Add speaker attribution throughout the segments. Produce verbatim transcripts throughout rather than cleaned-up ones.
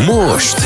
Speaker 1: most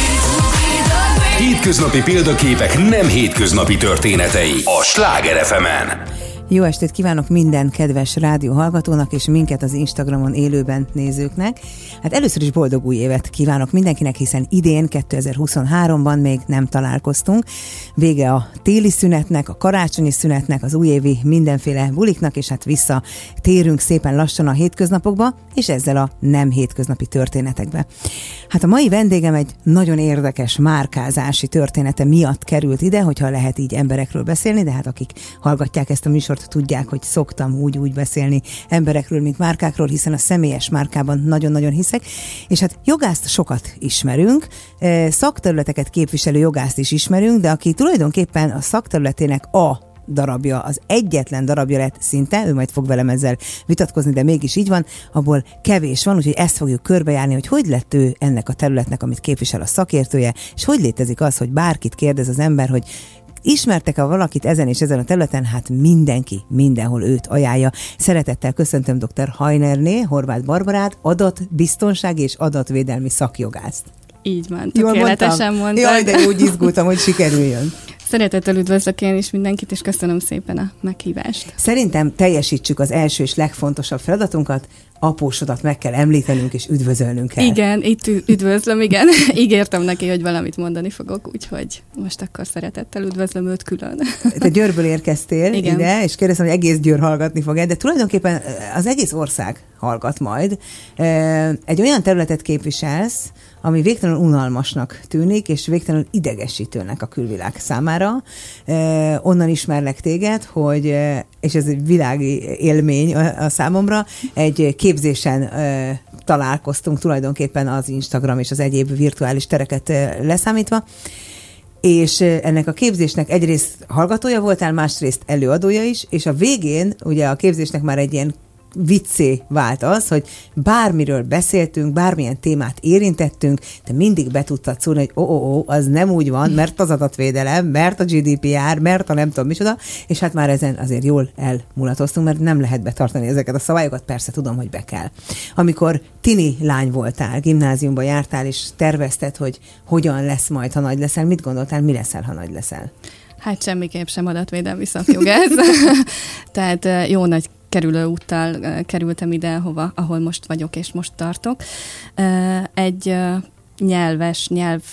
Speaker 1: hétköznapi példaképek nem hétköznapi történetei a Sláger ef emen.
Speaker 2: Jó estét kívánok minden kedves rádióhallgatónak és minket az Instagramon élőben nézőknek. Hát először is boldog új évet kívánok mindenkinek, hiszen idén kétezer-huszonháromban még nem találkoztunk. Vége a téli szünetnek, a karácsonyi szünetnek, az újévi mindenféle buliknak, és hát visszatérünk szépen lassan a hétköznapokba, és ezzel a nem hétköznapi történetekbe. Hát a mai vendégem egy nagyon érdekes márkázási története miatt került ide, hogyha lehet így emberekről beszélni, de hát akik hallgatják ezt a műsort, tudják, hogy szoktam úgy-úgy beszélni emberekről, mint márkákról, hiszen a személyes márkában nagyon-nagyon hiszek, és hát jogászt sokat ismerünk, szakterületeket képviselő jogászt is ismerünk, de aki tulajdonképpen a szakterületének a darabja, az egyetlen darabja lett szinte, ő majd fog velem ezzel vitatkozni, de mégis így van, abból kevés van, úgyhogy ezt fogjuk körbejárni, hogy hogy lett ő ennek a területnek, amit képvisel a szakértője, és hogy létezik az, hogy bárkit kérdez az ember, hogy ismertek-e valakit ezen és ezen a területen? Hát mindenki, mindenhol őt ajánlja. Szeretettel köszöntöm dr. Hajnerné, Horváth Barbarát, adatbiztonsági és adatvédelmi szakjogászt.
Speaker 3: Így van, tökéletesen mondtad.
Speaker 2: Jaj, de úgy izgultam, hogy sikerüljön.
Speaker 3: Szeretettel üdvözlök én is mindenkit, és köszönöm szépen a meghívást.
Speaker 2: Szerintem teljesítsük az első és legfontosabb feladatunkat, apósodat meg kell említenünk és üdvözölnünk kell.
Speaker 3: Igen, itt üdvözlöm, igen. Ígértem neki, hogy valamit mondani fogok, úgyhogy most akkor szeretettel üdvözlöm őt külön.
Speaker 2: Te Győrből érkeztél
Speaker 3: igen.
Speaker 2: ide, és kérdeztem, hogy egész Győr hallgatni fog-e, de tulajdonképpen az egész ország hallgat majd. Egy olyan területet képviselsz, ami végtelenül unalmasnak tűnik, és végtelenül idegesítőnek a külvilág számára. Onnan ismerlek téged, hogy, és ez egy világi élmény a számomra, egy képzésen találkoztunk tulajdonképpen az Instagram és az egyéb virtuális tereket leszámítva, és ennek a képzésnek egyrészt hallgatója voltál, másrészt előadója is, és a végén ugye a képzésnek már egy ilyen viccé vált az, hogy bármiről beszéltünk, bármilyen témát érintettünk, de mindig be tudtad szólni, hogy ó, ó, ó, az nem úgy van, mert az adatvédelem, mert a gé dé pé er, mert a nem tudom micsoda, és hát már ezen azért jól elmulatoztunk, mert nem lehet betartani ezeket a szabályokat, persze tudom, hogy be kell. Amikor tini lány voltál, gimnáziumba jártál, és tervezted, hogy hogyan lesz majd, ha nagy leszel, mit gondoltál, mi leszel, ha nagy leszel?
Speaker 3: Hát semmiképp sem adatvédelmi szakjogász. Tehát jó nagy kerülőúttal kerültem ide, hova, ahol most vagyok és most tartok. Egy nyelves, nyelv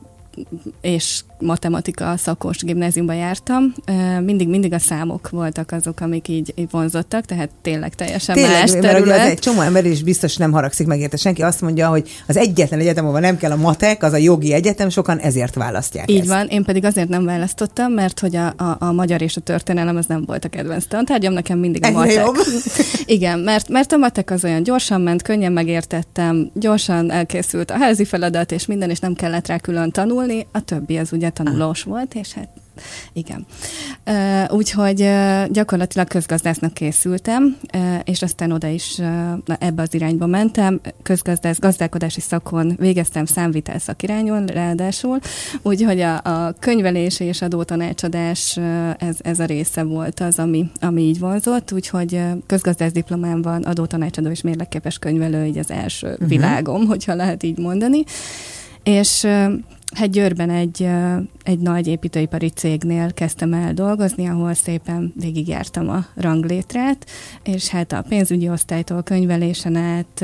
Speaker 3: és matematika szakos gimnáziumba jártam. Mindig, mindig a számok voltak azok, amik így, így vonzottak, tehát tényleg teljesen tényleg, más terület.
Speaker 2: Mert egy csomó ember is biztos nem haragszik meg érte. Senki azt mondja, hogy az egyetlen egyetem, ahol nem kell a matek, az a jogi egyetem, sokan ezért választják
Speaker 3: Így
Speaker 2: ezt.
Speaker 3: van, én pedig azért nem választottam, mert hogy a, a, a magyar és a történelem az nem volt a kedvenc tantárgyam, nekem mindig a matek. Igen, mert, mert a matek az olyan gyorsan ment, könnyen megértettem, gyorsan elkészült a házi feladat, és minden, és nem kellett rá külön tanulni, a többi az ugye tanulós volt, és hát igen. Uh, úgyhogy uh, gyakorlatilag közgazdásznak készültem, uh, és aztán oda is uh, ebbe az irányba mentem. Közgazdász, gazdálkodási szakon végeztem, számvitel szakirányon ráadásul, úgyhogy a, a könyvelés és adótanácsadás uh, ez, ez a része volt az, ami, ami így vonzott, úgyhogy uh, közgazdász diplomám van, adótanácsadó és mérlekképes könyvelő, így az első uh-huh. világom, hogyha lehet így mondani. És uh, Hát Győrben egy, egy nagy építőipari cégnél kezdtem el dolgozni, ahol szépen végigjártam a ranglétrát, és hát a pénzügyi osztálytól könyvelésen át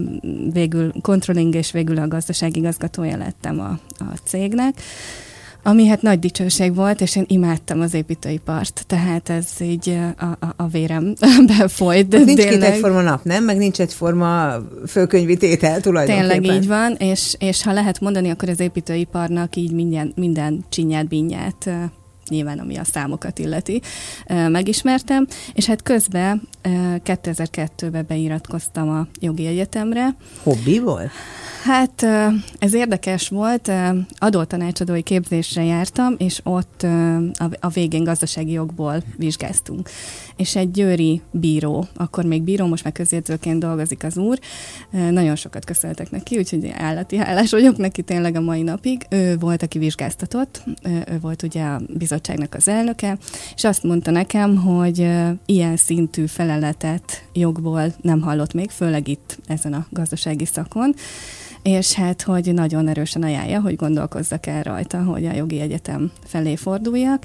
Speaker 3: végül controlling és végül a gazdasági igazgatója lettem a, a cégnek. Ami hát nagy dicsőség volt, és én imádtam az építőipart, tehát ez így a, a, a vérembe folyt.
Speaker 2: Nincs két egyforma nap, nem? Meg nincs egyforma fölkönyvi tétel tulajdonképpen.
Speaker 3: Tényleg így van, és, és ha lehet mondani, akkor az építőiparnak így minden, minden csinyát, bínyát, nyilván ami a számokat illeti, megismertem, és hát közben kétezer-kettőben beiratkoztam a jogi egyetemre.
Speaker 2: Hobbiból?
Speaker 3: Hát ez érdekes volt, adótanácsadói képzésre jártam, és ott a végén gazdasági jogból vizsgáztunk. És egy győri bíró, akkor még bíró, most már közjegyzőként dolgozik az úr, nagyon sokat köszöntek neki, úgyhogy állati hálás vagyok neki tényleg a mai napig. Ő volt, aki vizsgáztatott, ő volt ugye a bizottságnak az elnöke, és azt mondta nekem, hogy ilyen szintű feleletet jogból nem hallott még, főleg itt ezen a gazdasági szakon, és hát, hogy nagyon erősen ajánlja, hogy gondolkozzak el rajta, hogy a jogi egyetem felé forduljak.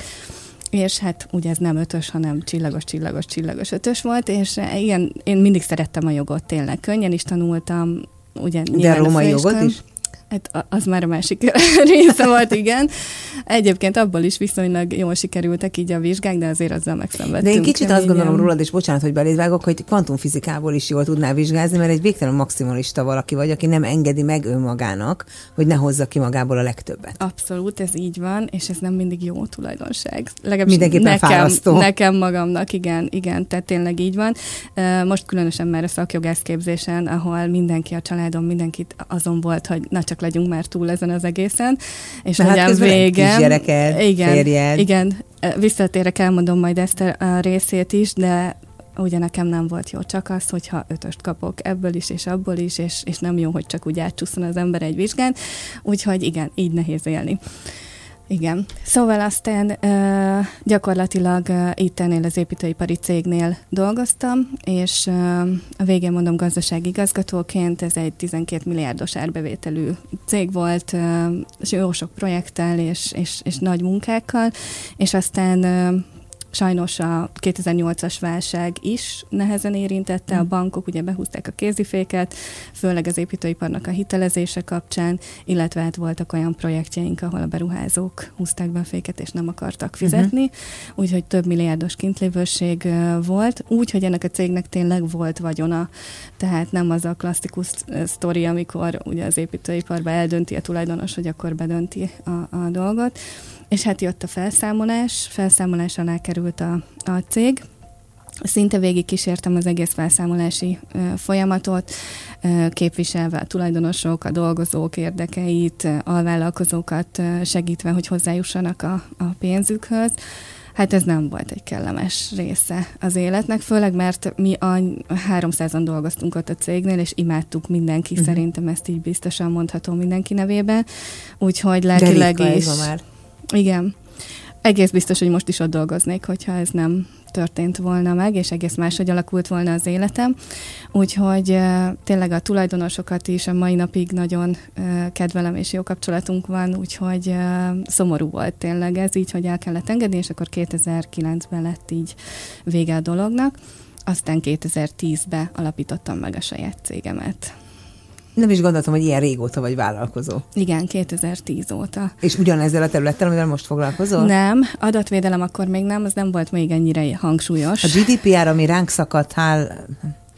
Speaker 3: És hát ugye ez nem ötös, hanem csillagos, csillagos, csillagos ötös volt, és igen, én mindig szerettem a jogot, tényleg könnyen is tanultam. Ugye,
Speaker 2: de a római jogot is?
Speaker 3: Hát az már a másik része volt, igen. Egyébként abból is viszonylag jól sikerültek így a vizsgák, de azért azzal megszenvedtünk.
Speaker 2: De én kicsit azt gondolom rólad, és bocsánat, hogy beléd vágok, hogy kvantumfizikából is jól tudnál vizsgázni, mert egy végtelen maximalista valaki vagy, aki nem engedi meg önmagának, hogy ne hozza ki magából a legtöbbet.
Speaker 3: Abszolút, ez így van, és ez nem mindig jó tulajdonság. Legalábbis
Speaker 2: mindenképpen
Speaker 3: nekem,
Speaker 2: fárasztó.
Speaker 3: Nekem magamnak, igen, igen, tehát tényleg így van. Most különösen már a szakjogász képzésen, ahol mindenki a családom, mindenkit azon volt, hogy na csak legyünk már túl ezen az egészen. És
Speaker 2: hát
Speaker 3: ugyan végem...
Speaker 2: kisgyereked,
Speaker 3: igen,
Speaker 2: férjed.
Speaker 3: Igen, visszatérek, elmondom majd ezt a részét is, de ugye nekem nem volt jó, csak az, hogyha ötöst kapok ebből is, és abból is, és, és nem jó, hogy csak úgy átcsúszson az ember egy vizsgán. Úgyhogy igen, így nehéz élni. Igen. Szóval aztán uh, gyakorlatilag uh, itt ennél az építőipari cégnél dolgoztam, és uh, a végén mondom gazdasági igazgatóként, ez egy tizenkét milliárdos árbevételű cég volt, uh, jó sok projekttel és, és, és nagy munkákkal, és aztán uh, sajnos a kétezer-nyolcas válság is nehezen érintette, a bankok ugye behúzták a kéziféket, főleg az építőiparnak a hitelezése kapcsán, illetve hát voltak olyan projektjeink, ahol a beruházók húzták be a féket, és nem akartak fizetni, uh-huh. úgyhogy több milliárdos kintlévőség volt, úgyhogy ennek a cégnek tényleg volt vagyona, tehát nem az a klasszikus sztori, amikor ugye az építőiparban eldönti a tulajdonos, hogy akkor bedönti a, a dolgot. És hát jött a felszámolás, felszámolás alá került a, a cég. Szinte végig kísértem az egész felszámolási ö, folyamatot, ö, képviselve a tulajdonosok, a dolgozók érdekeit, alvállalkozókat ö, segítve, hogy hozzájussanak a, a pénzükhöz. Hát ez nem volt egy kellemes része az életnek, főleg mert mi a háromszázan dolgoztunk ott a cégnél, és imádtuk mindenki, uh-huh. szerintem ezt így biztosan mondható mindenki nevében. Úgyhogy lelkileg is...
Speaker 2: már.
Speaker 3: Igen. Egész biztos, hogy most is ott dolgoznék, hogyha ez nem történt volna meg, és egész máshogy alakult volna az életem. Úgyhogy uh, tényleg a tulajdonosokat is a mai napig nagyon uh, kedvelem, és jó kapcsolatunk van, úgyhogy uh, szomorú volt tényleg ez így, hogy el kellett engedni, és akkor kétezer-kilencben lett így vége a dolognak. Aztán kétezer-tízben alapítottam meg a saját cégemet.
Speaker 2: Nem is gondoltam, hogy ilyen régóta vagy vállalkozó.
Speaker 3: Igen, kétezer-tíz óta.
Speaker 2: És ugyanezzel a területtel, amivel most foglalkozol?
Speaker 3: Nem, adatvédelem akkor még nem, az nem volt még ennyire hangsúlyos.
Speaker 2: A gé dé pé er, ami ránk szakadt, hál...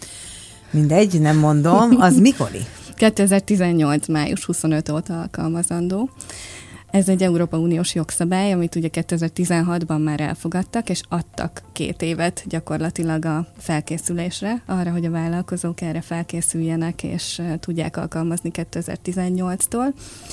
Speaker 2: mindegy, nem mondom, az mikori?
Speaker 3: kétezer-tizennyolc. május huszonötödike óta alkalmazandó. Ez egy Európai Uniós jogszabály, amit ugye kétezer-tizenhatban már elfogadtak, és adtak két évet gyakorlatilag a felkészülésre, arra, hogy a vállalkozók erre felkészüljenek, és uh, tudják alkalmazni kétezer-tizennyolctól.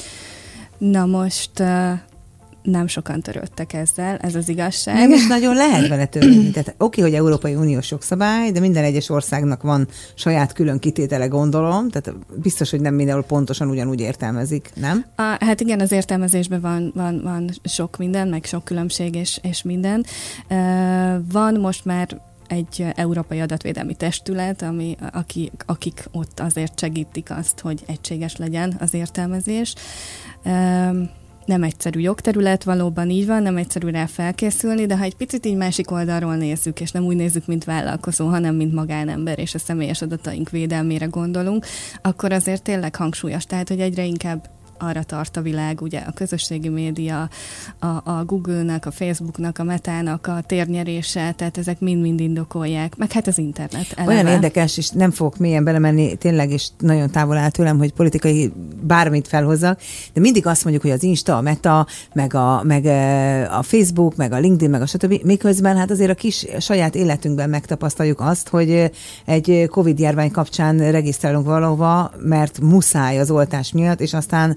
Speaker 3: Na most uh, nem sokan törődtek ezzel, ez az igazság.
Speaker 2: Nem is nagyon lehet vele törődni. Tehát oké, hogy Európai Uniós jogszabály, de minden egyes országnak van saját külön kitétele, gondolom, tehát biztos, hogy nem mindenhol pontosan ugyanúgy értelmezik, nem?
Speaker 3: A, hát igen, az értelmezésben van, van, van sok minden, meg sok különbség és, és minden. Uh, van most már egy európai adatvédelmi testület, ami, aki, akik ott azért segítik azt, hogy egységes legyen az értelmezés. Uh, Nem egyszerű jogterület, valóban így van, nem egyszerű rá felkészülni, de ha egy picit így másik oldalról nézzük, és nem úgy nézzük, mint vállalkozó, hanem mint magánember, és a személyes adataink védelmére gondolunk, akkor azért tényleg hangsúlyos. Tehát, hogy egyre inkább arra tart a világ, ugye a közösségi média, a, a Google-nak, a Facebook-nak, a Metának a térnyerése, tehát ezek mind-mind indokolják, meg hát az internet eleve.
Speaker 2: Olyan érdekes, és nem fogok mélyen belemenni, tényleg, és nagyon távol áll tőlem, hogy politikai bármit felhozzak, de mindig azt mondjuk, hogy az Insta, a Meta, meg a, meg a Facebook, meg a LinkedIn, meg a stb. Miközben hát azért a kis saját életünkben megtapasztaljuk azt, hogy egy Covid-járvány kapcsán regisztrálunk valahova, mert muszáj az oltás miatt, és aztán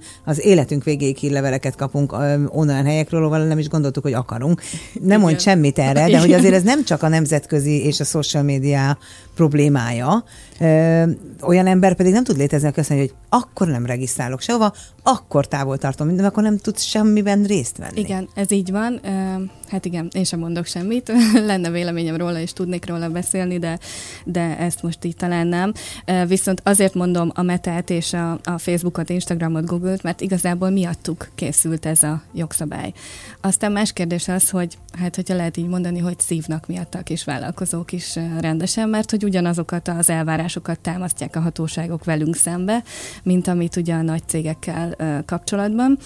Speaker 2: az életünk végéig hírleveleket kapunk online helyekről, ahol nem is gondoltuk, hogy akarunk. Nem mondj semmit erre, de hogy azért ez nem csak a nemzetközi és a social media problémája. Ö, olyan ember pedig nem tud létezni, aki azt mondja, hogy akkor nem regisztrálok sehova, akkor távol tartom minden, akkor nem tudsz semmiben részt venni.
Speaker 3: Igen, ez így van. Hát igen, én sem mondok semmit. Lenne véleményem róla, és tudnék róla beszélni, de, de ezt most így talán nem. Viszont azért mondom a Metát és a, a Facebookot, Instagramot, Google-t, mert igazából miattuk készült ez a jogszabály. Aztán más kérdés az, hogy hát hogyha lehet így mondani, hogy szívnak miatta a kis vállalkozók is rendesen, mert hogy ugyanazokat az elvárásokat támasztják a hatóságok velünk szembe, mint amit ugye a nagy cégekkel uh, kapcsolatban.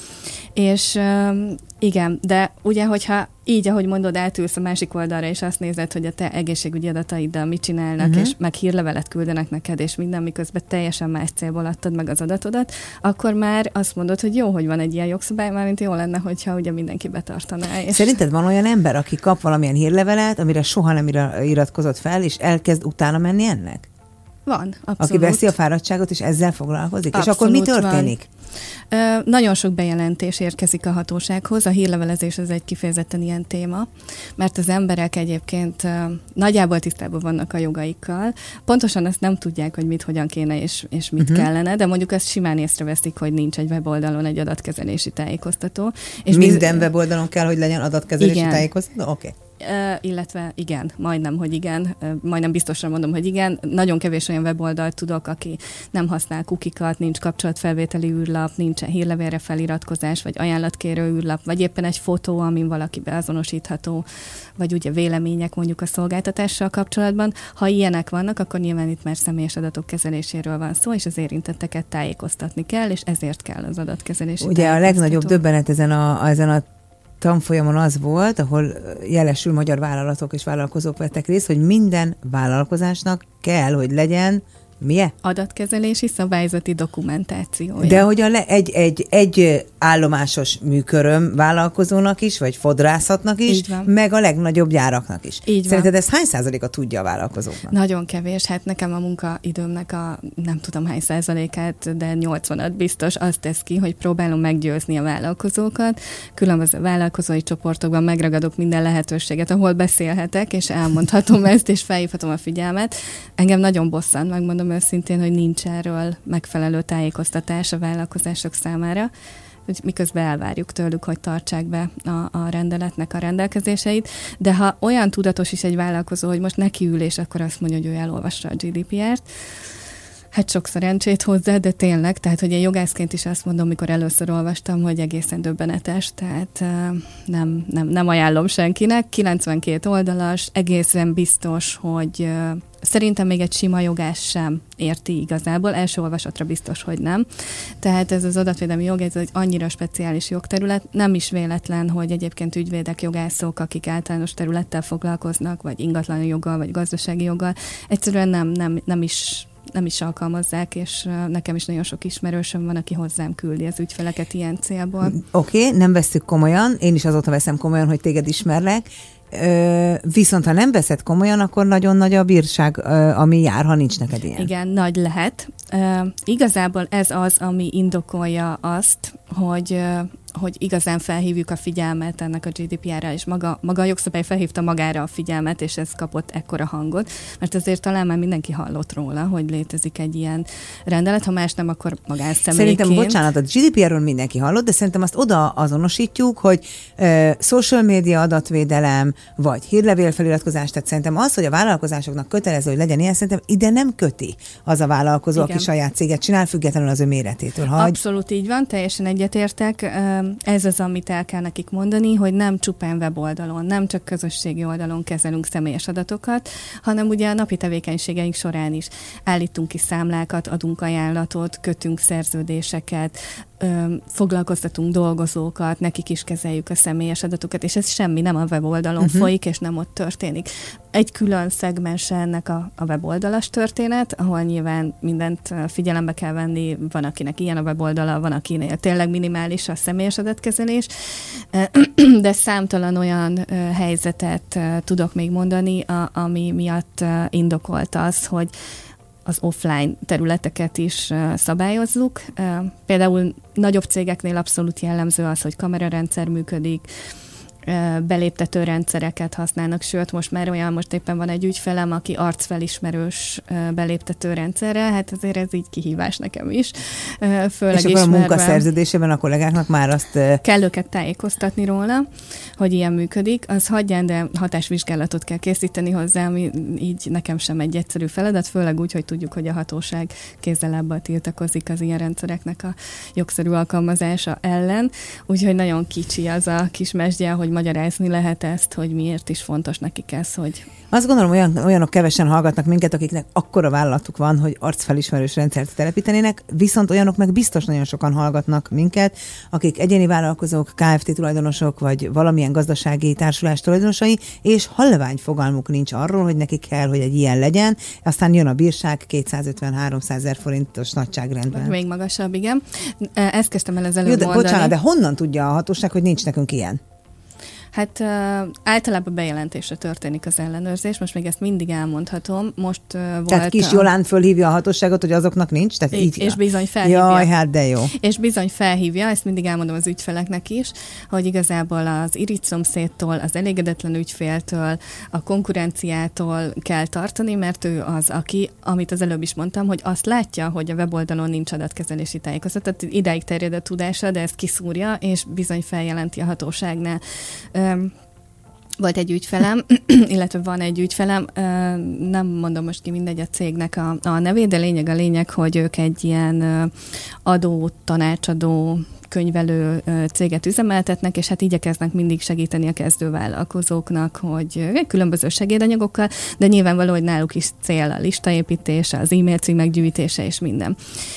Speaker 3: És uh, igen, de ugye, hogyha így, ahogy mondod, átülsz a másik oldalra, és azt nézed, hogy a te egészségügyi adataiddal mit csinálnak, uh-huh. és meg hírlevelet küldenek neked, és minden, miközben teljesen más célból adtad meg az adatodat, akkor már azt mondod, hogy jó, hogy van egy ilyen jogszabály, mármint jó lenne, hogyha ugye mindenki betartaná. És...
Speaker 2: Szerinted van olyan ember, aki kap valamilyen hírlevelet, amire soha nem iratkozott fel, és elkezd utána menni ennek?
Speaker 3: Van, abszolút.
Speaker 2: Aki veszi a fáradtságot, és ezzel foglalkozik? Abszolút, és akkor mi történik?
Speaker 3: Ö, nagyon sok bejelentés érkezik a hatósághoz. A hírlevelezés az egy kifejezetten ilyen téma, mert az emberek egyébként ö, nagyjából tisztában vannak a jogaikkal. Pontosan azt nem tudják, hogy mit, hogyan kéne és, és mit uh-huh. kellene, de mondjuk azt simán észreveszik, hogy nincs egy weboldalon egy adatkezelési tájékoztató. És
Speaker 2: minden biz... weboldalon kell, hogy legyen adatkezelési igen. tájékoztató? Oké. Okay.
Speaker 3: Uh, illetve igen, majdnem, hogy igen, uh, majdnem biztosan mondom, hogy igen. Nagyon kevés olyan weboldalt tudok, aki nem használ kukikat, nincs kapcsolatfelvételi űrlap, nincsen hírlevélre feliratkozás, vagy ajánlatkérő űrlap, vagy éppen egy fotó, amin valaki beazonosítható, vagy ugye vélemények mondjuk a szolgáltatással kapcsolatban. Ha ilyenek vannak, akkor nyilván itt már személyes adatok kezeléséről van szó, és az érintetteket tájékoztatni kell, és ezért kell az adatkezelési
Speaker 2: ugye a legnagyobb döbbenet ezen a, ezen a tanfolyamon az volt, ahol jelesül magyar vállalatok és vállalkozók vettek részt, hogy minden vállalkozásnak kell, hogy legyen milyen?
Speaker 3: Adatkezelési szabályzati dokumentációja.
Speaker 2: De hogy a le, egy, egy, egy állomásos műköröm vállalkozónak is, vagy fodrászatnak is, meg a legnagyobb gyáraknak is. Így Szerinted ez hány százaléka tudja a vállalkozóknak?
Speaker 3: Nagyon kevés. Hát nekem a munkaidőmnek a nem tudom hány százalékát, de nyolcvanat biztos azt tesz ki, hogy próbálom meggyőzni a vállalkozókat. Különböző vállalkozói csoportokban megragadok minden lehetőséget, ahol beszélhetek, és elmondhatom ezt, és felhívhatom a figyelmet. Engem nagyon bosszant, megmondom őszintén, hogy nincs erről megfelelő tájékoztatás a vállalkozások számára, hogy miközben elvárjuk tőlük, hogy tartsák be a, a rendeletnek a rendelkezéseit, de ha olyan tudatos is egy vállalkozó, hogy most nekiül, és akkor azt mondja, hogy ő elolvassa a gé dé pé er-t, hát sok szerencsét hozzá, de tényleg, tehát hogy én jogászként is azt mondom, mikor először olvastam, hogy egészen döbbenetes, tehát uh, nem, nem, nem ajánlom senkinek. kilencvenkét oldalas, egészen biztos, hogy uh, szerintem még egy sima jogász sem érti igazából, első olvasatra biztos, hogy nem. Tehát ez az adatvédelmi jog, ez egy annyira speciális jogterület, nem is véletlen, hogy egyébként ügyvédek, jogászok, akik általános területtel foglalkoznak, vagy ingatlan joggal, vagy gazdasági joggal, egyszerűen nem, nem, nem is nem is alkalmazzák, és nekem is nagyon sok ismerősöm van, aki hozzám küldi az ügyfeleket ilyen célból.
Speaker 2: Oké, okay, nem vesszük komolyan, én is azóta veszem komolyan, hogy téged ismerlek, Ö, viszont ha nem veszed komolyan, akkor nagyon nagy a bírság, ö, ami jár, ha nincs neked ilyen.
Speaker 3: Igen, nagy lehet. Ö, igazából ez az, ami indokolja azt, hogy ö, hogy igazán felhívjuk a figyelmet ennek a gé dé pé er-re, és maga, maga a jogszabály felhívta magára a figyelmet, és ez kapott ekkora hangot, mert azért talán már mindenki hallott róla, hogy létezik egy ilyen rendelet, ha más nem, akkor magánszemélyként.
Speaker 2: Szerintem, bocsánat, a gé dé pé er-ről mindenki hallott, de szerintem azt oda azonosítjuk, hogy uh, social media adatvédelem, vagy hírlevél feliratkozás, tehát szerintem az, hogy a vállalkozásoknak kötelező, hogy legyen ilyen, szerintem ide nem köti az a vállalkozó, igen, aki saját céget csinál, függetlenül az ő méretétől. Ha
Speaker 3: abszolút így van, teljesen egyetértek. Ez az, amit el kell nekik mondani, hogy nem csupán weboldalon, nem csak közösségi oldalon kezelünk személyes adatokat, hanem ugye a napi tevékenységeink során is állítunk ki számlákat, adunk ajánlatot, kötünk szerződéseket, foglalkoztatunk dolgozókat, nekik is kezeljük a személyes adatokat, és ez semmi nem a weboldalon uh-huh. folyik, és nem ott történik. Egy külön szegmense ennek a, a weboldalas történet, ahol nyilván mindent figyelembe kell venni, van akinek ilyen a weboldala, van akinél tényleg minimális a személyes adatkezelés, de számtalan olyan helyzetet tudok még mondani, ami miatt indokolt az, hogy az offline területeket is szabályozzuk. Például nagyobb cégeknél abszolút jellemző az, hogy kamerarendszer működik, beléptető rendszereket használnak, sőt, most már olyan, most éppen van egy ügyfelem, aki arcfelismerős beléptető rendszerrel, hát azért ez így kihívás nekem is. Főleg
Speaker 2: és akkor a munkaszerződésében a kollégáknak már azt...
Speaker 3: Kell őket tájékoztatni róla, hogy ilyen működik. Az hagyján, de hatásvizsgálatot kell készíteni hozzá, ami így nekem sem egy egyszerű feladat, főleg úgy, hogy tudjuk, hogy a hatóság kézzel-lábbal tiltakozik az ilyen rendszereknek a jogszerű alkalmazása ellen. Úgyhogy nagyon kicsi az a kis mesdje, hogy magyarázni lehet ezt, hogy miért is fontos nekik ez, hogy...
Speaker 2: Azt gondolom, olyan, olyanok kevesen hallgatnak minket, akiknek akkora vállalatuk van, hogy arcfelismerős rendszert telepítenének, viszont olyanok meg biztos nagyon sokan hallgatnak minket, akik egyéni vállalkozók, Kft. Tulajdonosok, vagy valamilyen gazdasági társulás tulajdonosai, és halvány fogalmuk nincs arról, hogy nekik kell, hogy egy ilyen legyen, aztán jön a bírság kétszázötven-háromszázezer forintos nagyságrendben.
Speaker 3: Még magasabb, igen. Ezt kezdtem el az előbb
Speaker 2: Jó, de,
Speaker 3: mondani.
Speaker 2: Bocsánat, de honnan tudja a hatóság, hogy nincs nekünk ilyen?
Speaker 3: Hát uh, általában bejelentésre történik az ellenőrzés, most még ezt mindig elmondhatom. Most uh, volt...
Speaker 2: Tehát Kis Jolán fölhívja a hatóságot, hogy azoknak nincs? Tehát
Speaker 3: így,
Speaker 2: így,
Speaker 3: és bizony felhívja.
Speaker 2: Jaj, hát de jó.
Speaker 3: És bizony felhívja, ezt mindig elmondom az ügyfeleknek is, hogy igazából az irigy szomszédtól, az elégedetlen ügyféltől, a konkurenciától kell tartani, mert ő az, aki, amit az előbb is mondtam, hogy azt látja, hogy a weboldalon nincs adatkezelési tájékoztató, tehát idáig terjed a tudása, de ezt kiszúrja, és bizony feljelenti a hatóságnál. Volt egy ügyfelem, illetve van egy ügyfelem, nem mondom most ki mindegy a cégnek a, a nevét, de lényeg a lényeg, hogy ők egy ilyen adó, tanácsadó, könyvelő céget üzemeltetnek, és hát igyekeznek mindig segíteni a kezdővállalkozóknak, hogy különböző segédanyagokkal, de nyilvánvaló, hogy náluk is cél a listaépítése, az e-mail címek gyűjtése és minden.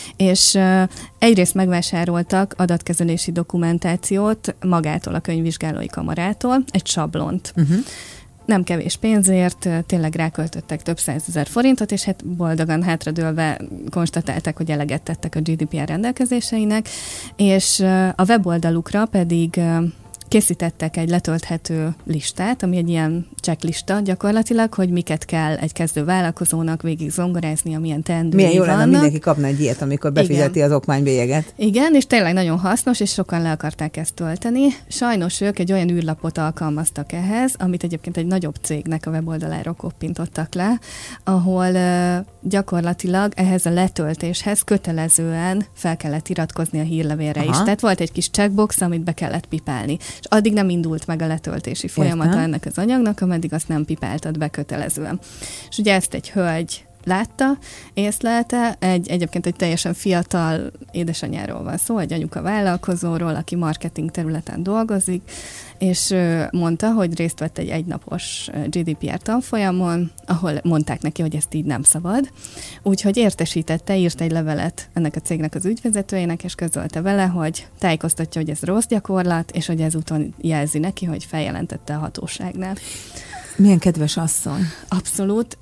Speaker 3: És egyrészt megvásároltak adatkezelési dokumentációt magától, a könyvvizsgálói kamarától, egy sablont. Uh-huh. Nem kevés pénzért, tényleg ráköltöttek több százezer forintot, és hát boldogan hátradőlve konstatálták, hogy eleget tettek a gé dé pé er rendelkezéseinek, és a weboldalukra pedig készítettek egy letölthető listát, ami egy ilyen checklista gyakorlatilag, hogy miket kell egy kezdő vállalkozónak végig zongorázni, amilyen teendői
Speaker 2: Milyen jó
Speaker 3: vannak.
Speaker 2: lenne, mindenki kapna egy ilyet, amikor befizeti Igen. az okmánybélyeget.
Speaker 3: Igen, és tényleg nagyon hasznos, és sokan le akarták ezt tölteni. Sajnos ők egy olyan űrlapot alkalmaztak ehhez, amit egyébként egy nagyobb cégnek a weboldaláról koppintottak le, ahol uh, gyakorlatilag ehhez a letöltéshez kötelezően fel kellett iratkozni a hírlevélre Aha. is. Tehát volt egy kis checkbox, amit be kellett pipálni. És addig nem indult meg a letöltési folyamata Értem. ennek az anyagnak, ameddig azt nem pipáltad be kötelezően. És ugye ezt egy hölgy látta, észlelte, egy, egyébként egy teljesen fiatal édesanyáról van szó, egy anyuka vállalkozóról, aki marketing területen dolgozik, és mondta, hogy részt vett egy egynapos gé dé pé er tanfolyamon, ahol mondták neki, hogy ezt így nem szabad. Úgyhogy értesítette, írt egy levelet ennek a cégnek az ügyvezetőjének, és közölte vele, hogy tájékoztatja, hogy ez rossz gyakorlat, és hogy ezúton jelzi neki, hogy feljelentette a hatóságnál.
Speaker 2: Milyen kedves asszony.
Speaker 3: Abszolút.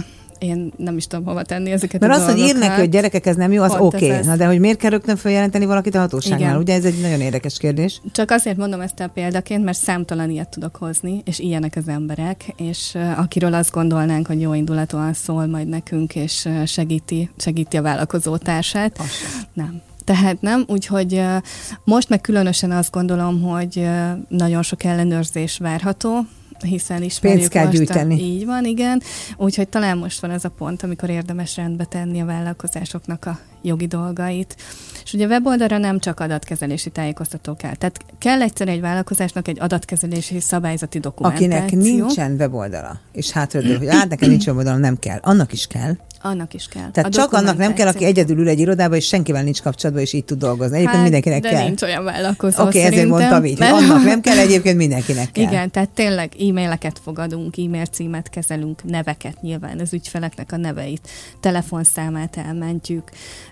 Speaker 3: Én nem is tudom hova tenni ezeket
Speaker 2: Mert
Speaker 3: a
Speaker 2: az, hogy ír neki, hogy gyerekek, ez nem jó, az oké. Okay. Na de hogy miért kell rögtön feljelenteni valakit a hatóságnál? Igen. Ugye ez egy nagyon érdekes kérdés.
Speaker 3: Csak azért mondom ezt a példaként, mert számtalan ilyet tudok hozni, és ilyenek az emberek, és uh, akiről azt gondolnánk, hogy jó indulatúan szól majd nekünk, és uh, segíti, segíti a vállalkozó társát. Azt. Nem. Tehát nem, úgyhogy uh, most meg különösen azt gondolom, hogy uh, nagyon sok ellenőrzés várható, hiszen ismerjük
Speaker 2: Pénzt kell gyűjteni.
Speaker 3: Így van, igen. Úgyhogy talán most van az a pont, amikor érdemes rendbe tenni a vállalkozásoknak a jogi dolgait. És ugye a weboldalra nem csak adatkezelési tájékoztató kell. Tehát kell egyszer egy vállalkozásnak egy adatkezelési szabályzati dokumentáció.
Speaker 2: Akinek nincsen weboldala, és hátradől, hogy hát nekem nincs weboldala, nem kell. Annak is kell.
Speaker 3: Annak is kell.
Speaker 2: Tehát csak annak nem kell, aki egyedül ül egy irodába, és senkivel nincs kapcsolatban, és így tud dolgozni. Egyébként hát, mindenkinek
Speaker 3: de
Speaker 2: kell.
Speaker 3: De nincs olyan vállalkozó
Speaker 2: Oké, okay, ezért mondtam így, hogy annak nem kell, egyébként mindenkinek kell.
Speaker 3: Igen, tehát tényleg e-maileket fogadunk, e-mail címet kezelünk, neveket nyilván, az ügyfeleknek a neveit, telefonszámát elmentjük,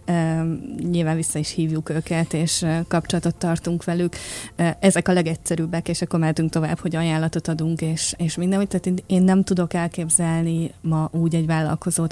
Speaker 3: nyilván vissza is hívjuk őket, és kapcsolatot tartunk velük. Ezek a legegyszerűbbek, és akkor mehetünk tovább, hogy ajánlatot adunk, és, és mindenütt. Tehát én nem tudok elképzelni ma úgy egy vállalkozót, hogy ne kezel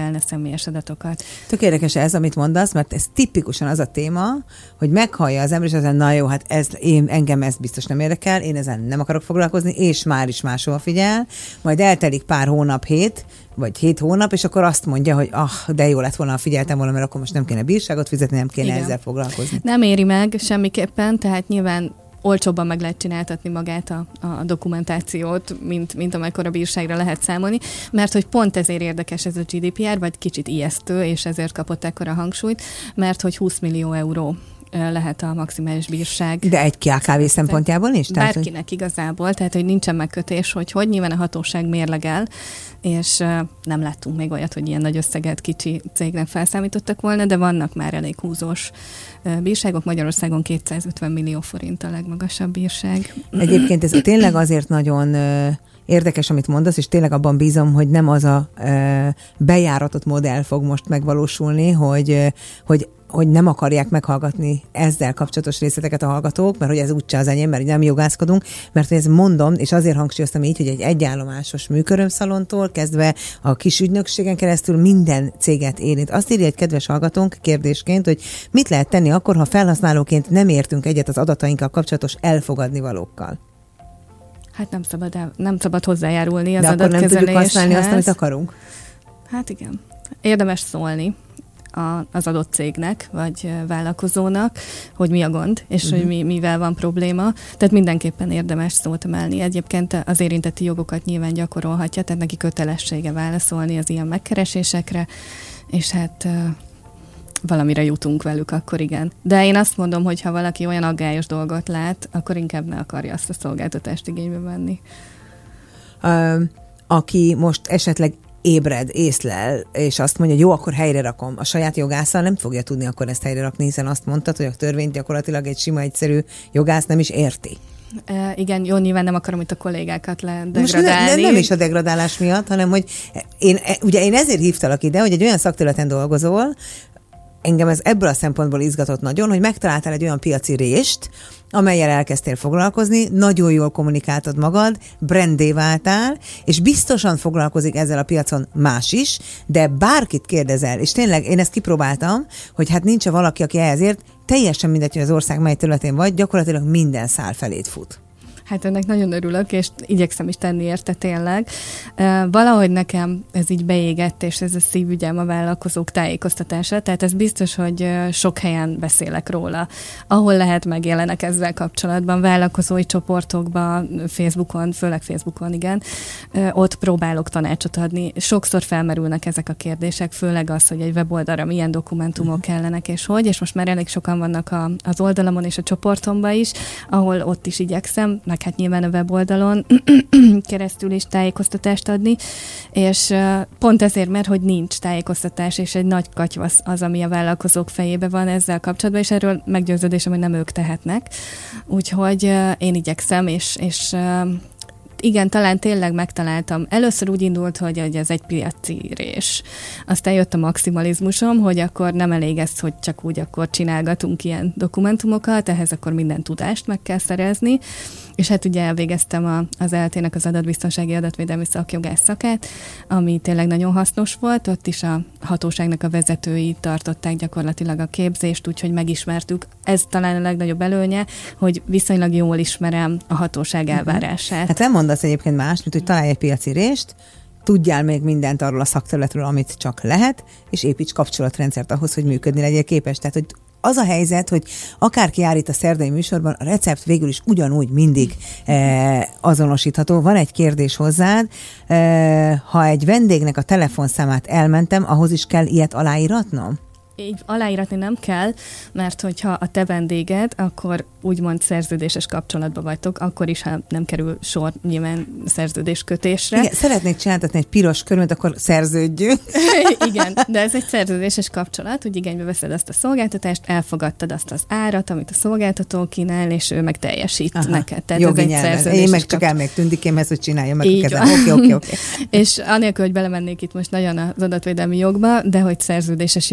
Speaker 3: el személyes adatokat.
Speaker 2: Tök érdekes ez, amit mondasz, mert ez tipikusan az a téma, hogy meghallja az ember, és aztán, na jó, hát ez, én, engem ez biztos nem érdekel, én ezen nem akarok foglalkozni, és már is máshol figyel, majd eltelik pár hónap, hét, vagy hét hónap, és akkor azt mondja, hogy ah, de jó lett volna, figyeltem volna, mert akkor most nem kéne bírságot fizetni, nem kéne Igen. ezzel foglalkozni.
Speaker 3: Nem éri meg semmiképpen, tehát nyilván olcsóbban meg lehet csináltatni magát a, a dokumentációt, mint, mint amekkora bírságra lehet számolni, mert hogy pont ezért érdekes ez a gé dé pé er, vagy kicsit ijesztő, és ezért kapott ekkora hangsúlyt, mert hogy húsz millió euró lehet a maximális bírság.
Speaker 2: De egy ká ká vé szempontjából is?
Speaker 3: Tehát, bárkinek hogy... igazából, tehát hogy nincsen megkötés, hogy hogy nyilván a hatóság mérlegel, és nem láttunk még olyat, hogy ilyen nagy összeget kicsi cégnek felszámítottak volna, de vannak már elég húzós bírságok. Magyarországon kétszázötven millió forint a legmagasabb bírság.
Speaker 2: Egyébként ez tényleg azért nagyon érdekes, amit mondasz, és tényleg abban bízom, hogy nem az a bejáratott modell fog most megvalósulni, hogy, hogy hogy nem akarják meghallgatni ezzel kapcsolatos részleteket a hallgatók, mert hogy ez úgyse az enyém, mert nem jogászkodunk, mert hogy ezt mondom, és azért hangsúlyoztam így, hogy egy egyállomásos műkörömszalontól kezdve a kis ügynökségen keresztül minden céget érint. Azt írja egy kedves hallgatónk kérdésként, hogy mit lehet tenni akkor, ha felhasználóként nem értünk egyet az adatainkkal kapcsolatos elfogadni valókkal?
Speaker 3: Hát nem szabad, el, nem szabad hozzájárulni az
Speaker 2: adatkezeléshez. De akkor nem tudjuk használni azt, amit akarunk?
Speaker 3: Hát igen. Érdemes szólni A, az adott cégnek, vagy vállalkozónak, hogy mi a gond, és uh-huh. hogy mi, mivel van probléma. Tehát mindenképpen érdemes szót emelni. Egyébként az érintetti jogokat nyilván gyakorolhatja, tehát neki kötelessége válaszolni az ilyen megkeresésekre, és hát uh, valamire jutunk velük, akkor igen. De én azt mondom, hogy ha valaki olyan aggályos dolgot lát, akkor inkább ne akarja azt a szolgáltatást igénybe venni.
Speaker 2: Uh, aki most esetleg ébred, észlel, és azt mondja, hogy jó, akkor helyre rakom. A saját jogásszal nem fogja tudni akkor ezt helyre rakni, hiszen azt mondtad, hogy a törvényt gyakorlatilag egy sima, egyszerű jogász nem is érti.
Speaker 3: E, igen, jó, nyilván nem akarom itt a kollégákat ledegradálni.
Speaker 2: Most ne, nem is a degradálás miatt, hanem hogy én, ugye én ezért hívtalak ide, hogy egy olyan szakterületen dolgozol, engem ez ebből a szempontból izgatott nagyon, hogy megtaláltál egy olyan piaci rést, amellyel elkezdtél foglalkozni, nagyon jól kommunikáltad magad, brandé váltál, és biztosan foglalkozik ezzel a piacon más is, de bárkit kérdezel, és tényleg én ezt kipróbáltam, hogy hát nincs valaki, aki ehhez ért, teljesen mindegy, hogy az ország mely területén vagy, gyakorlatilag minden szál felét fut.
Speaker 3: Hát ennek nagyon örülök, és igyekszem is tenni érte tényleg. Uh, valahogy nekem ez így beégett, és ez a szívügyem a vállalkozók tájékoztatása, tehát ez biztos, hogy uh, sok helyen beszélek róla. Ahol lehet, megjelenek ezzel kapcsolatban, vállalkozói csoportokban, Facebookon, főleg Facebookon, igen, uh, ott próbálok tanácsot adni. Sokszor felmerülnek ezek a kérdések, főleg az, hogy egy weboldalra milyen dokumentumok kellenek, és hogy, és most már elég sokan vannak a, az oldalamon és a csoportomban is, ahol ott is igyekszem, meg hát nyilván a weboldalon keresztül is tájékoztatást adni, és pont ezért, mert hogy nincs tájékoztatás, és egy nagy katyvasz az, ami a vállalkozók fejébe van ezzel kapcsolatban, és erről meggyőződésem, hogy nem ők tehetnek. Úgyhogy én igyekszem, és, és igen, talán tényleg megtaláltam. Először úgy indult, hogy, hogy ez egy piaci rés. Aztán jött a maximalizmusom, hogy akkor nem elég ez, hogy csak úgy akkor csinálgatunk ilyen dokumentumokat, ehhez akkor minden tudást meg kell szerezni. És hát ugye elvégeztem a, az é el té-nek az adatbiztonsági adatvédelmi szakjogász szakát, ami tényleg nagyon hasznos volt. Ott is a hatóságnak a vezetői tartották gyakorlatilag a képzést, úgyhogy megismertük. Ez talán a legnagyobb előnye, hogy viszonylag jól ismerem a hatóság elvárását.
Speaker 2: Hát nem mondasz egyébként más, mint hogy találj egy piaci rést, tudjál még mindent arról a szakterületről, amit csak lehet, és építs kapcsolatrendszert ahhoz, hogy működni legyél képes. Tehát, hogy az a helyzet, hogy akárki jár itt a szerdai műsorban, a recept végül is ugyanúgy mindig eh, azonosítható. Van egy kérdés hozzád, eh, ha egy vendégnek a telefonszámát elmentem, ahhoz is kell ilyet aláíratnom?
Speaker 3: Így aláíratni nem kell, mert hogyha a te vendéged, akkor úgymond szerződéses kapcsolatban vagytok, akkor is, ha nem kerül sor nyilván szerződéskötésre.
Speaker 2: Igen, szeretnék csináltatni egy piros körömet, akkor szerződjünk.
Speaker 3: Igen, de ez egy szerződéses kapcsolat, hogy igénybe veszed azt a szolgáltatást, elfogadtad azt az árat, amit a szolgáltató kínál, és ő meg teljesít Aha, neked. Tehát ez egy szerződéses
Speaker 2: Én meg csak elmegyek Tündikémhez, hogy csinálja meg Így a kezem. Oké, oké, oké.
Speaker 3: És anélkül, hogy belemennék itt most nagyon az adatvédelmi jogba, de hogy szerződéses jogalapon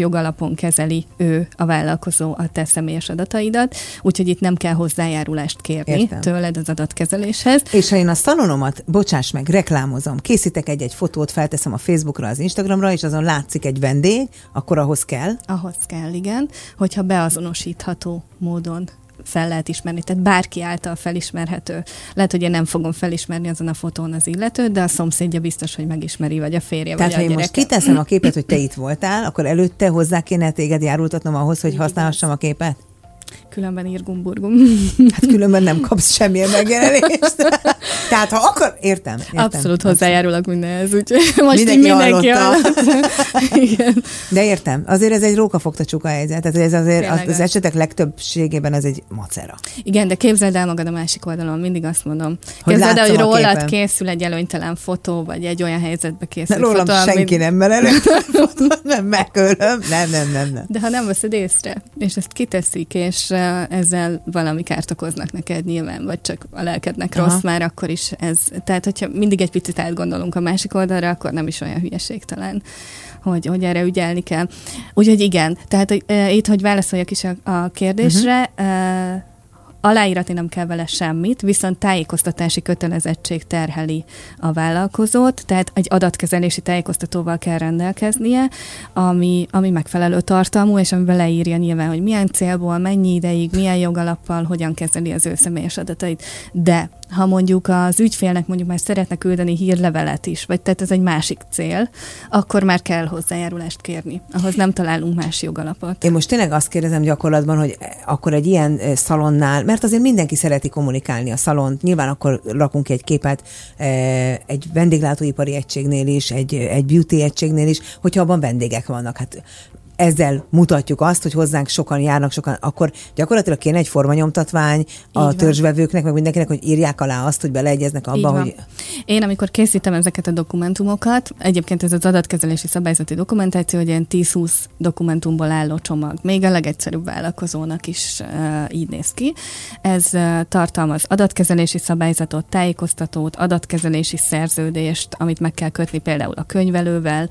Speaker 3: módon kezeli ő, a vállalkozó a te személyes adataidat, úgyhogy itt nem kell hozzájárulást kérni Értem. tőled az adatkezeléshez.
Speaker 2: És ha én a szalonomat, bocsáss meg, reklámozom, készítek egy-egy fotót, felteszem a Facebookra, az Instagramra, és azon látszik egy vendég, akkor ahhoz kell?
Speaker 3: Ahhoz kell, igen, hogyha beazonosítható módon fel lehet ismerni, tehát bárki által felismerhető. Lehet, hogy én nem fogom felismerni azon a fotón az illetőt, de a szomszédja biztos, hogy megismeri, vagy a férje,
Speaker 2: tehát,
Speaker 3: vagy a gyereke.
Speaker 2: Tehát, ha én most kiteszem a képet, hogy te itt voltál, akkor előtte hozzá kéne téged járultatnom ahhoz, hogy használhassam a képet?
Speaker 3: Különben írgum-burgum.
Speaker 2: Hát különben nem kapsz semmilyen megjelenést. Tehát ha akar, értem. értem
Speaker 3: Abszolút hozzájárulok mindenhez, úgyhogy most
Speaker 2: mindenki,
Speaker 3: mindenki hallotta.
Speaker 2: Igen. De értem, azért ez egy rókafogta csuka helyzet, tehát ez azért az, az esetek legtöbbségében ez egy macera.
Speaker 3: Igen, de képzeld el magad a másik oldalon, mindig azt mondom. Képzeld el, hogy rólad készül egy előnytelen fotó, vagy egy olyan helyzetbe készül
Speaker 2: fotó. Rólam fotó, senki amit... nem, mert előnytelen fotó, nem megölöm, nem, nem, nem, nem.
Speaker 3: De ha nem veszed észre, és ezt kiteszik, és ezzel valami kárt okoznak neked nyilván, vagy csak a lelkednek Aha. rossz már, akkor is ez. Tehát, hogyha mindig egy picit átgondolunk a másik oldalra, akkor nem is olyan hülyeség talán, hogy, hogy erre ügyelni kell. Úgyhogy igen, tehát hogy, e, itt, hogy válaszoljak is a, a kérdésre, uh-huh. e, aláíratni nem kell vele semmit, viszont tájékoztatási kötelezettség terheli a vállalkozót, tehát egy adatkezelési tájékoztatóval kell rendelkeznie, ami, ami megfelelő tartalmú, és ami leírja nyilván, hogy milyen célból, mennyi ideig, milyen jogalappal, hogyan kezeli az ő személyes adatait. De ha mondjuk az ügyfélnek mondjuk már szeretne küldeni hírlevelet is, vagy tehát ez egy másik cél, akkor már kell hozzájárulást kérni. Ahhoz nem találunk más jogalapot.
Speaker 2: Én most tényleg azt kérdezem gyakorlatban, hogy akkor egy ilyen szalonnál, mert azért mindenki szereti kommunikálni a szalont, nyilván akkor rakunk ki egy képet egy vendéglátóipari egységnél is, egy, egy beauty egységnél is, hogyha abban vendégek vannak. Hát ezzel mutatjuk azt, hogy hozzánk sokan járnak, sokan, akkor gyakorlatilag kéne egy formanyomtatvány a törzsvevőknek, meg mindenkinek, hogy írják alá azt, hogy beleegyeznek abba, hogy...
Speaker 3: Én, amikor készítem ezeket a dokumentumokat, egyébként ez az adatkezelési szabályzati dokumentáció, hogy ilyen tíz-húsz dokumentumból álló csomag, még a legegyszerűbb vállalkozónak is uh, így néz ki. Ez uh, tartalmaz adatkezelési szabályzatot, tájékoztatót, adatkezelési szerződést, amit meg kell kötni például a könyvelővel,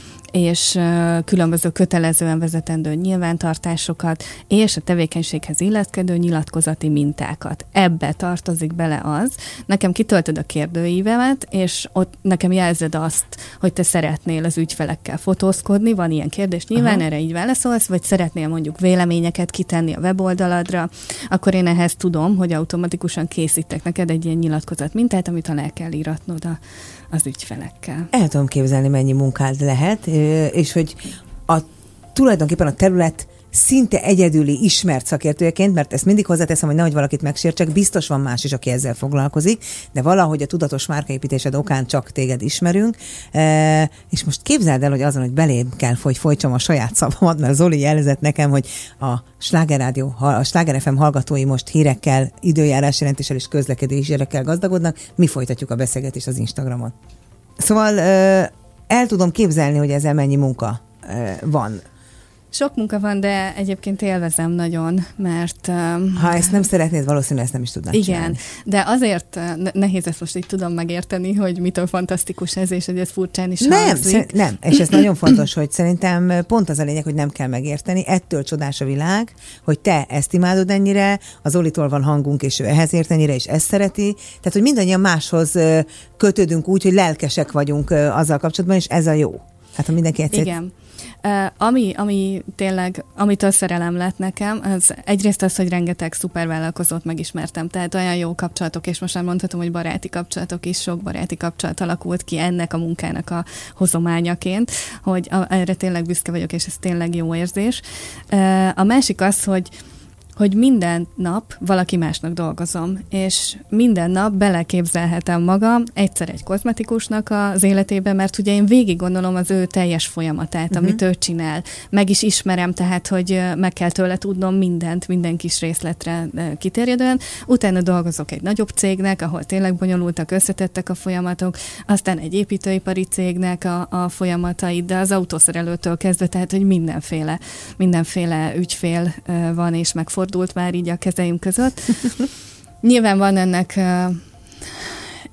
Speaker 3: és különböző kötelezően vezetendő nyilvántartásokat, és a tevékenységhez illeszkedő nyilatkozati mintákat. Ebbe tartozik bele az, nekem kitöltöd a kérdőívemet, és ott nekem jelzed azt, hogy te szeretnél az ügyfelekkel fotózkodni, van ilyen kérdés, nyilván Aha. erre így válaszolsz, vagy szeretnél mondjuk véleményeket kitenni a weboldaladra, akkor én ehhez tudom, hogy automatikusan készítek neked egy ilyen nyilatkozat mintát, amit alá kell íratnod a, az ügyfelekkel.
Speaker 2: El tudom képzelni, mennyi munkád lehet, és hogy a, tulajdonképpen a terület szinte egyedüli ismert szakértőjeként, mert ezt mindig hozzáteszem, hogy nehogy valakit megsértsek, biztos van más is, aki ezzel foglalkozik, de valahogy a tudatos márkaépítésed okán csak téged ismerünk, e, és most képzeld el, hogy azon, hogy belém kell, hogy folytsam a saját szavamat, mert Zoli jelzett nekem, hogy a Sláger Rádió, a Sláger ef em hallgatói most hírekkel, időjárásjelentéssel és közlekedési hírekkel gazdagodnak, mi folytatjuk a beszélgetést az Instagramon. Szóval e, el tudom képzelni, hogy ezzel mennyi munka e, van.
Speaker 3: Sok munka van, de egyébként élvezem nagyon, mert... Um,
Speaker 2: ha ezt nem szeretnéd, valószínűleg ezt nem is tudnád
Speaker 3: igen,
Speaker 2: csinálni.
Speaker 3: De azért nehéz ezt most így tudom megérteni, hogy mitől fantasztikus ez, és hogy ez furcsán is
Speaker 2: nem,
Speaker 3: hangzik.
Speaker 2: Szer- nem, és ez nagyon fontos, hogy szerintem pont az a lényeg, hogy nem kell megérteni. Ettől csodás a világ, hogy te ezt imádod ennyire, az Olitól van hangunk, és ő ehhez ért ennyire, és ezt szereti. Tehát, hogy mindannyian máshoz kötődünk úgy, hogy lelkesek vagyunk azzal kapcsolatban, és ez a jó. Hát, ha mindenki egyszer...
Speaker 3: Igen. Uh, ami, ami tényleg, amitől szerelem lett nekem, az egyrészt az, hogy rengeteg szupervállalkozót megismertem, tehát olyan jó kapcsolatok, és most már mondhatom, hogy baráti kapcsolatok is, sok baráti kapcsolat alakult ki ennek a munkának a hozományaként, hogy a, erre tényleg büszke vagyok, és ez tényleg jó érzés. Uh, a másik az, hogy hogy minden nap valaki másnak dolgozom, és minden nap beleképzelhetem magam egyszer egy kozmetikusnak az életébe, mert ugye én végig gondolom az ő teljes folyamatát, uh-huh. amit ő csinál. Meg is ismerem, tehát, hogy meg kell tőle tudnom mindent, minden kis részletre kitérjedően. Utána dolgozok egy nagyobb cégnek, ahol tényleg bonyolultak, összetettek a folyamatok, aztán egy építőipari cégnek a, a folyamatait, de az autószerelőtől kezdve, tehát, hogy mindenféle, mindenféle ügyfél van, és megfordul fordult már így a kezeim között. Nyilván van ennek uh,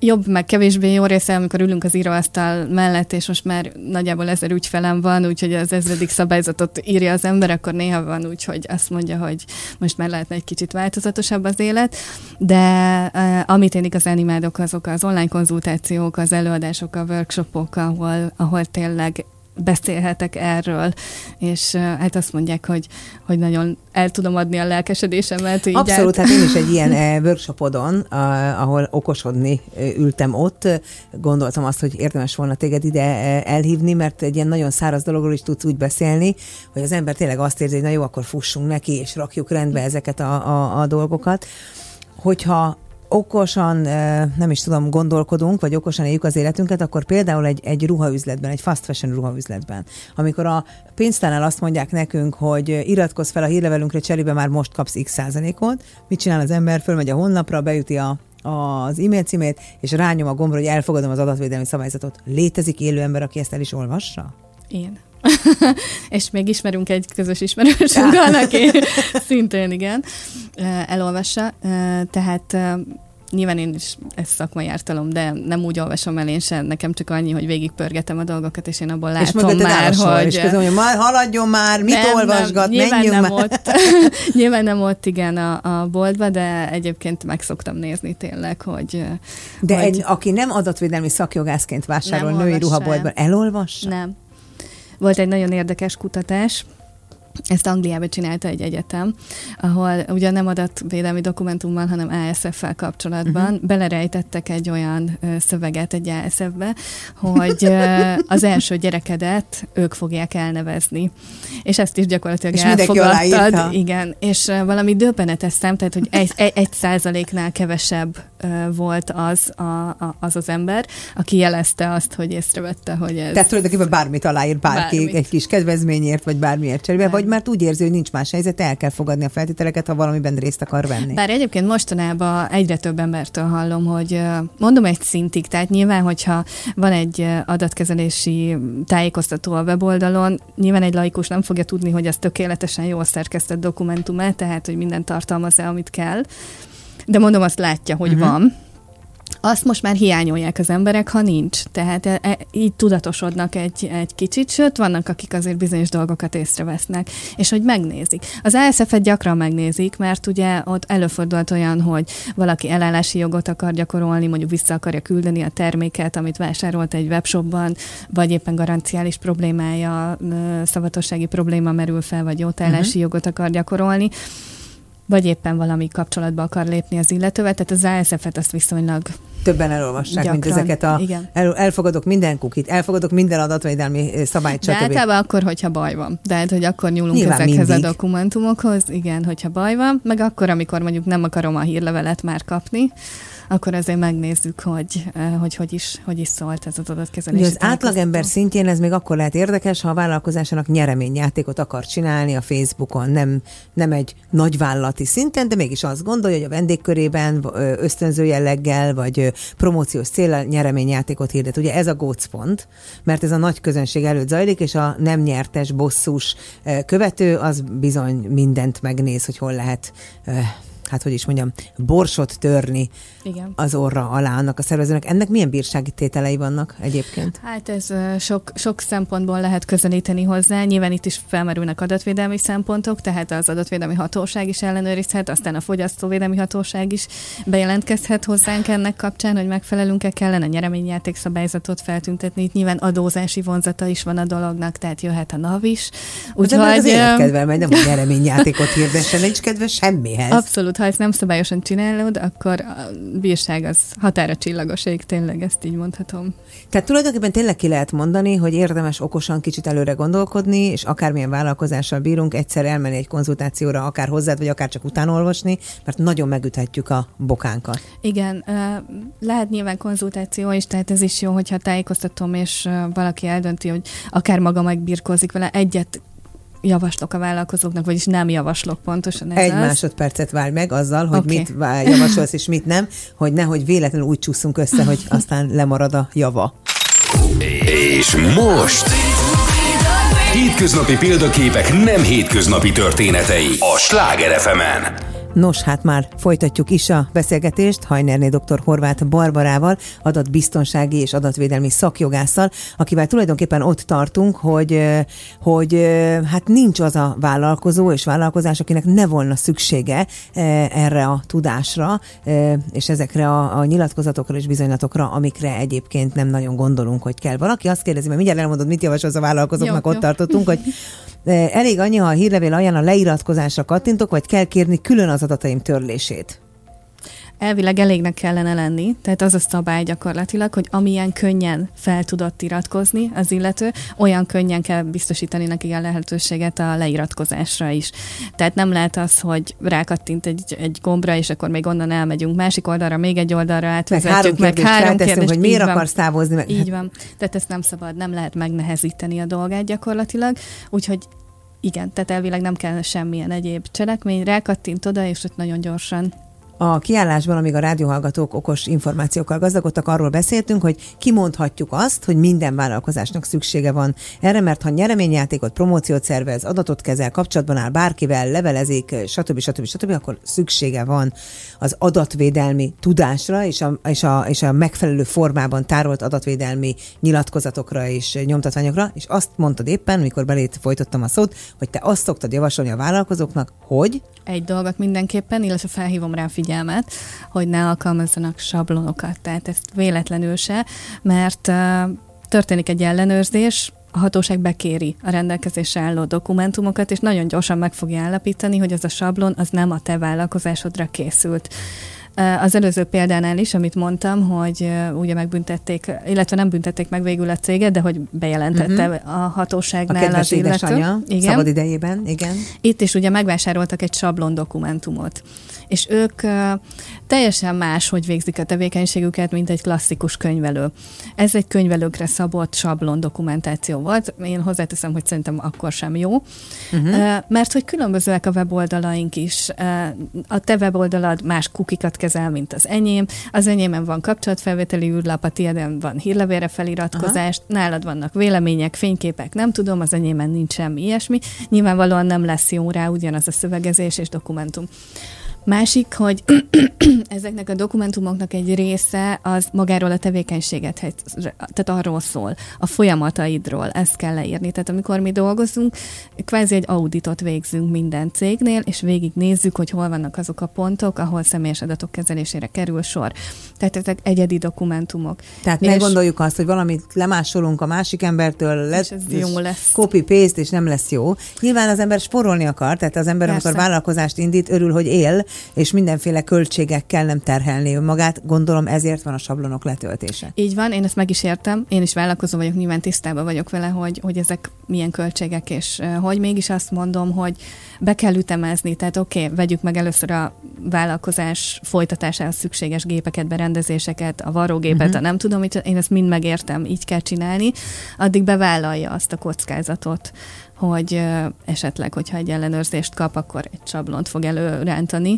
Speaker 3: jobb, meg kevésbé jó része, amikor ülünk az íróasztal mellett, és most már nagyjából ezer ügyfelem van, úgyhogy az ezredik szabályzatot írja az ember, akkor néha van úgy, hogy azt mondja, hogy most már lehetne egy kicsit változatosabb az élet, de uh, amit én igazán imádok, azok az online konzultációk, az előadások, a workshopok, ahol, ahol tényleg beszélhetek erről, és uh, hát azt mondják, hogy, hogy nagyon el tudom adni a lelkesedésemet. Így
Speaker 2: Abszolút,
Speaker 3: át.
Speaker 2: hát én is egy ilyen uh, workshopodon, uh, ahol okosodni uh, ültem ott, gondoltam azt, hogy érdemes volna téged ide uh, elhívni, mert egy ilyen nagyon száraz dologról is tudsz úgy beszélni, hogy az ember tényleg azt érzi, hogy na jó, akkor fussunk neki, és rakjuk rendbe ezeket a, a, a dolgokat. Hogyha okosan, nem is tudom, gondolkodunk, vagy okosan éljük az életünket, akkor például egy, egy ruhaüzletben, egy fast fashion ruhaüzletben, amikor a pénztárnál azt mondják nekünk, hogy iratkozz fel a hírlevelünkre, cserébe már most kapsz x százalékot, mit csinál az ember? Fölmegy a honlapra, beüti a, az e-mail címét, és rányom a gombra, hogy elfogadom az adatvédelmi szabályzatot. Létezik élő ember, aki ezt el is olvassa?
Speaker 3: Én. És még ismerünk egy közös ismerősünkön, aki szintén igen, elolvassa. Tehát nyilván én is ez szakmai ártalom, de nem úgy olvasom el én sem, nekem csak annyi, hogy végigpörgetem a dolgokat, és én abból látom
Speaker 2: és
Speaker 3: már, hogy...
Speaker 2: És közben, hogy már haladjon már, mit nem, olvasgat,
Speaker 3: nem,
Speaker 2: menjünk
Speaker 3: nem
Speaker 2: már.
Speaker 3: Ott, nyilván nem ott, igen, a, a boltba, de egyébként meg szoktam nézni tényleg, hogy...
Speaker 2: De
Speaker 3: hogy
Speaker 2: egy, aki nem adatvédelmi szakjogászként vásárol női ruhaboltban, elolvassa?
Speaker 3: Nem. Volt egy nagyon érdekes kutatás, ezt Angliában csinálta egy egyetem, ahol ugye nem adatvédelmi dokumentummal, hanem á es ef-fel kapcsolatban uh-huh. belerejtettek egy olyan ö, szöveget egy á es ef-be, hogy ö, az első gyerekedet ők fogják elnevezni. És ezt is gyakorlatilag
Speaker 2: és
Speaker 3: elfogadtad. Igen, és ö, valami döbbenetes szám, tehát hogy egy, egy, egy százaléknál kevesebb ö, volt az, a, a, az az ember, aki jelezte azt, hogy észrevette, hogy ez...
Speaker 2: Tehát tulajdonképpen bármit aláír bárki, bármit. Egy kis kedvezményért, vagy bármiért cserébe, vagy mert úgy érzi, hogy nincs más helyzet, el kell fogadni a feltételeket, ha valamiben részt akar venni.
Speaker 3: Bár egyébként mostanában egyre több embertől hallom, hogy mondom egy szintig, tehát nyilván, hogyha van egy adatkezelési tájékoztató a weboldalon, nyilván egy laikus nem fogja tudni, hogy ez tökéletesen jól szerkesztett dokumentum-e, tehát, hogy minden tartalmaz-e, amit kell. De mondom, azt látja, hogy uh-huh. van. Azt most már hiányolják az emberek, ha nincs. Tehát e, e, így tudatosodnak egy, egy kicsit, sőt, vannak, akik azért bizonyos dolgokat észrevesznek, és hogy megnézik. Az á es ef-et gyakran megnézik, mert ugye ott előfordult olyan, hogy valaki elállási jogot akar gyakorolni, mondjuk vissza akarja küldeni a terméket, amit vásárolt egy webshopban, vagy éppen garanciális problémája, szavatossági probléma merül fel, vagy jótállási uh-huh. jogot akar gyakorolni, vagy éppen valami kapcsolatba akar lépni az illetővel, tehát az á es ef-et azt viszonylag
Speaker 2: többen elolvassák, gyakran, mint ezeket a... El, elfogadok minden kukit, elfogadok minden adatvédelmi szabályt,
Speaker 3: stb. De általában akkor, hogyha baj van. De hát, hogy akkor nyúlunk nyilván ezekhez mindig. A dokumentumokhoz, igen, hogyha baj van, meg akkor, amikor mondjuk nem akarom a hírlevelet már kapni, akkor azért megnézzük, hogy hogy, hogy, is, hogy is szólt ez az adatkezelés.
Speaker 2: Az átlagember szintjén ez még akkor lehet érdekes, ha a vállalkozásának nyereményjátékot akar csinálni a Facebookon, nem, nem egy nagyvállalati szinten, de mégis azt gondolja, hogy a vendégkörében ösztönző jelleggel, vagy promóciós céllal nyereményjátékot hirdet. Ugye ez a gócpont, mert ez a nagy közönség előtt zajlik, és a nem nyertes, bosszús követő, az bizony mindent megnéz, hogy hol lehet hát hogy is mondjam, borsot törni igen. az orra alá annak a szervezőnek. Ennek milyen bírsági tételei vannak egyébként?
Speaker 3: Hát ez sok, sok szempontból lehet közelíteni hozzá. Nyilván itt is felmerülnek adatvédelmi szempontok, tehát az adatvédelmi hatóság is ellenőrizhet, aztán a fogyasztóvédelmi hatóság is bejelentkezhet hozzánk ennek kapcsán, hogy megfelelünk-e, kellene nyereményjáték szabályzatot feltüntetni. Itt nyilván adózási vonzata is van a dolognak, tehát jöhet a NAV is.
Speaker 2: Úgyhogy az életkedvel, mert nem a nyereményjátékot hirdessen, nincs kedve semmihez.
Speaker 3: Abszolút. Ha ezt nem szabályosan csinálod, akkor a bírság az határa csillagos ég, tényleg ezt így mondhatom.
Speaker 2: Tehát tulajdonképpen tényleg ki lehet mondani, hogy érdemes okosan kicsit előre gondolkodni, és akármilyen vállalkozással bírunk, egyszer elmenni egy konzultációra, akár hozzád, vagy akár csak utánolvasni, mert nagyon megüthetjük a bokánkat.
Speaker 3: Igen, lehet nyilván konzultáció is, tehát ez is jó, hogyha tájékoztatom, és valaki eldönti, hogy akár maga megbirkózik vele, egyet javaslok a vállalkozóknak, vagyis nem javaslok pontosan. Ez
Speaker 2: Egy
Speaker 3: az.
Speaker 2: másodpercet várj meg azzal, hogy
Speaker 3: okay.
Speaker 2: mit javasolsz és mit nem, hogy nehogy véletlenül úgy csúszunk össze, hogy aztán lemarad a java.
Speaker 1: És most hétköznapi példaképek nem hétköznapi történetei a Sláger ef emen.
Speaker 2: Nos, hát már folytatjuk is a beszélgetést Hajnerné dr. Horváth Barbarával, adatbiztonsági és adatvédelmi szakjogásszal, akivel tulajdonképpen ott tartunk, hogy, hogy hát nincs az a vállalkozó és vállalkozás, akinek ne volna szüksége erre a tudásra, és ezekre a, a nyilatkozatokra és bizonylatokra, amikre egyébként nem nagyon gondolunk, hogy kell. Valaki azt kérdezi, mert mindjárt elmondod, mit javasolsz a vállalkozóknak, jó, ott jó. tartottunk, hogy elég annyi, ha a hírlevél alján a leiratkozásra kattintok, vagy kell kérni külön az adataim törlését?
Speaker 3: Elvileg elégnek kellene lenni, tehát az a szabály gyakorlatilag, hogy amilyen könnyen fel tudott iratkozni az illető, olyan könnyen kell biztosítani neki a lehetőséget a leiratkozásra is. Tehát nem lehet az, hogy rákattint egy, egy gombra, és akkor még onnan elmegyünk másik oldalra, még egy oldalra átvezetjük, meg három kérdést,
Speaker 2: hogy miért akarsz távozni. Meg...
Speaker 3: Így van. Tehát ezt nem szabad, nem lehet megnehezíteni a dolgát gyakorlatilag, úgyhogy igen, tehát elvileg nem kell semmilyen egyéb cselekmény, rákattint oda, és ott nagyon gyorsan.
Speaker 2: A kiállásban, amíg a rádióhallgatók okos információkkal gazdagodtak, arról beszéltünk, hogy kimondhatjuk azt, hogy minden vállalkozásnak szüksége van erre, mert ha nyereményjátékot, promóciót szervez, adatot kezel, kapcsolatban áll bárkivel, levelezik, stb. stb. stb., akkor szüksége van az adatvédelmi tudásra és a, és a, és a megfelelő formában tárolt adatvédelmi nyilatkozatokra és nyomtatványokra, és azt mondtad éppen, amikor belét folytottam a szót, hogy te azt szoktad javasolni a vállalkozóknak, hogy...
Speaker 3: Egy dolgot mindenképpen, illetve felhívom rá figyelmet, hogy ne alkalmazzanak sablonokat, tehát ezt véletlenül se, mert uh, történik egy ellenőrzés, a hatóság bekéri a rendelkezésre álló dokumentumokat, és nagyon gyorsan meg fogja állapítani, hogy az a sablon az nem a te vállalkozásodra készült. Az előző példánál is, amit mondtam, hogy ugye megbüntették, illetve nem büntették meg végül a céget, de hogy bejelentette uh-huh. a hatóságnál
Speaker 2: a
Speaker 3: az illető.
Speaker 2: Édesanyja, igen. Szabad idejében, igen.
Speaker 3: Itt is ugye megvásároltak egy sablon dokumentumot, és ők uh, teljesen más, hogy végzik a tevékenységüket, mint egy klasszikus könyvelő. Ez egy könyvelőkre szabott sablon dokumentáció volt. Én hozzáteszem, hogy szerintem akkor sem jó, uh-huh. uh, mert hogy különbözőek a weboldalaink is. Uh, a te weboldalad más kukikat kezel, mint az enyém. Az enyémen van kapcsolatfelvételi űrlap, a tiéden van hírlevélre feliratkozás, aha. nálad vannak vélemények, fényképek, nem tudom, az enyémen nincs semmi ilyesmi. Nyilvánvalóan nem lesz jó rá ugyanaz a szövegezés és dokumentum. Másik, hogy ezeknek a dokumentumoknak egy része az magáról a tevékenységet, tehát arról szól, a folyamataidról, ezt kell leírni. Tehát amikor mi dolgozunk, kvázi egy auditot végzünk minden cégnél, és végignézzük, hogy hol vannak azok a pontok, ahol személyes adatok kezelésére kerül sor. Tehát ezek egyedi dokumentumok.
Speaker 2: Tehát ne gondoljuk azt, hogy valamit lemásolunk a másik embertől, lesz,
Speaker 3: jó lesz.
Speaker 2: Copy-paste, és nem lesz jó. Nyilván az ember spórolni akar, tehát az ember, persze. amikor vállalkozást indít, örül, hogy él, és mindenféle költségekkel nem terhelni önmagát. Gondolom ezért van a sablonok letöltése.
Speaker 3: Így van, én ezt meg is értem. Én is vállalkozó vagyok, nyilván tisztában vagyok vele, hogy, hogy ezek milyen költségek, és uh, hogy mégis azt mondom, hogy be kell ütemezni. Tehát oké, okay, vegyük meg először a vállalkozás folytatásához szükséges gépeket, berendezéseket, a varrógépet, uh-huh. a nem tudom, hogy én ezt mind megértem, így kell csinálni. Addig bevállalja azt a kockázatot, hogy uh, esetleg, hogyha egy ellenőrzést kap, akkor egy sablont fog előrántani.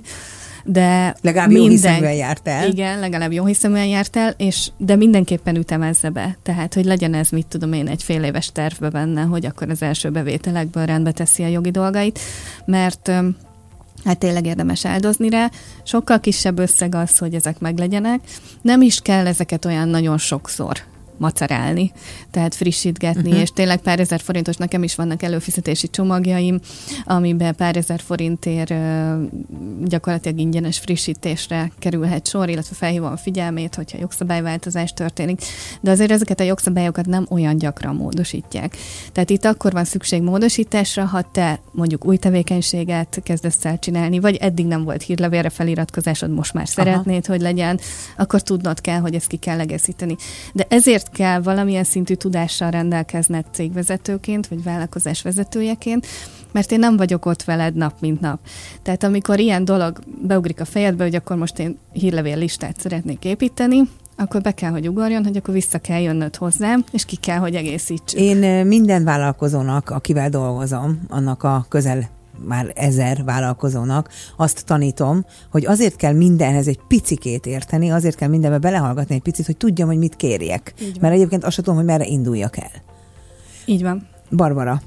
Speaker 3: De
Speaker 2: legalább minden, jó hiszeműen járt el.
Speaker 3: Igen, legalább jó hiszeműen járt el, és, de mindenképpen ütemezze be. Tehát, hogy legyen ez, mit tudom én, egy fél éves tervbe benne, hogy akkor az első bevételekből rendbe teszi a jogi dolgait, mert um, hát tényleg érdemes áldozni rá. Sokkal kisebb összeg az, hogy ezek meglegyenek. Nem is kell ezeket olyan nagyon sokszor macerálni, tehát frissítgetni, uh-huh. és tényleg pár ezer forintos, nekem is vannak előfizetési csomagjaim, amiben pár ezer forintért gyakorlatilag ingyenes frissítésre kerülhet sor, illetve felhívom a figyelmét, hogyha jogszabályváltozás történik, de azért ezeket a jogszabályokat nem olyan gyakran módosítják. Tehát itt akkor van szükség módosításra, ha te mondjuk új tevékenységet kezdesz el csinálni, vagy eddig nem volt hírlevélre feliratkozásod, most már szeretnéd, aha. hogy legyen, akkor tudnod kell, hogy ezt ki kell egészíteni. De ezért kell valamilyen szintű tudással rendelkezned cégvezetőként, vagy vállalkozás vezetőjeként, mert én nem vagyok ott veled nap, mint nap. Tehát amikor ilyen dolog beugrik a fejedbe, hogy akkor most én hírlevél listát szeretnék építeni, akkor be kell, hogy ugorjon, hogy akkor vissza kell jönnöd hozzám, és ki kell, hogy egészítsük.
Speaker 2: Én minden vállalkozónak, akivel dolgozom, annak a közel már ezer vállalkozónak azt tanítom, hogy azért kell mindenhez egy picikét érteni, azért kell mindenbe belehallgatni egy picit, hogy tudjam, hogy mit kérjek. Mert egyébként azt tudom, hogy merre induljak el.
Speaker 3: Így van.
Speaker 2: Barbara,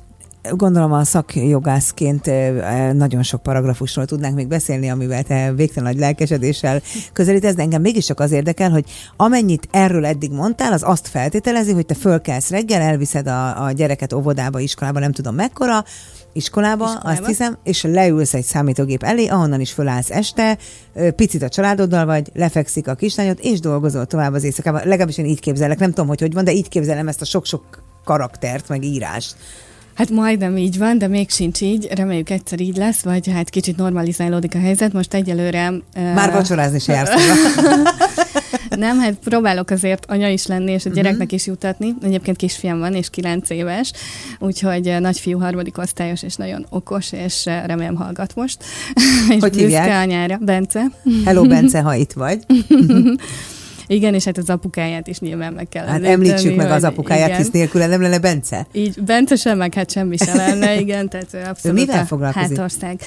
Speaker 2: gondolom a szakjogászként nagyon sok paragrafusról tudnánk még beszélni, amivel te végtelen nagy lelkesedéssel közelítesz, de engem mégiscsak az érdekel, hogy amennyit erről eddig mondtál, az azt feltételezi, hogy te fölkelsz reggel, elviszed a, a gyereket óvodába, iskolába, nem tudom mekkora, iskolába, iskolába, azt hiszem, és leülsz egy számítógép elé, ahonnan is fölállsz este, picit a családoddal vagy, lefekszik a kislányod, és dolgozol tovább az éjszakában. Legalábbis én így képzelek, nem tudom, hogy hogy van, de így képzelem ezt a sok-sok karaktert, meg írást.
Speaker 3: Hát majdnem így van, de még sincs így. Reméljük egyszer így lesz, vagy hát kicsit normalizálódik a helyzet. Most egyelőre...
Speaker 2: Már uh... vacsorázni se jársz.
Speaker 3: Nem, hát próbálok azért anya is lenni, és a gyereknek is jutatni. Egyébként kisfiam van, és kilenc éves, úgyhogy nagyfiú harmadik osztályos, és nagyon okos, és remélem hallgat most.
Speaker 2: Hogy hívják?
Speaker 3: Anyára. Bence.
Speaker 2: Hello, Bence, ha itt vagy.
Speaker 3: Igen, és hát az apukáját is nyilván meg kell
Speaker 2: Hát említsük meg az apukáját, hisz nélküle nem lenne Bence.
Speaker 3: Így, Bence sem, meg hát semmi sem lenne, igen, tehát abszolút.
Speaker 2: Ő mivel foglalkozik?
Speaker 3: Hátország.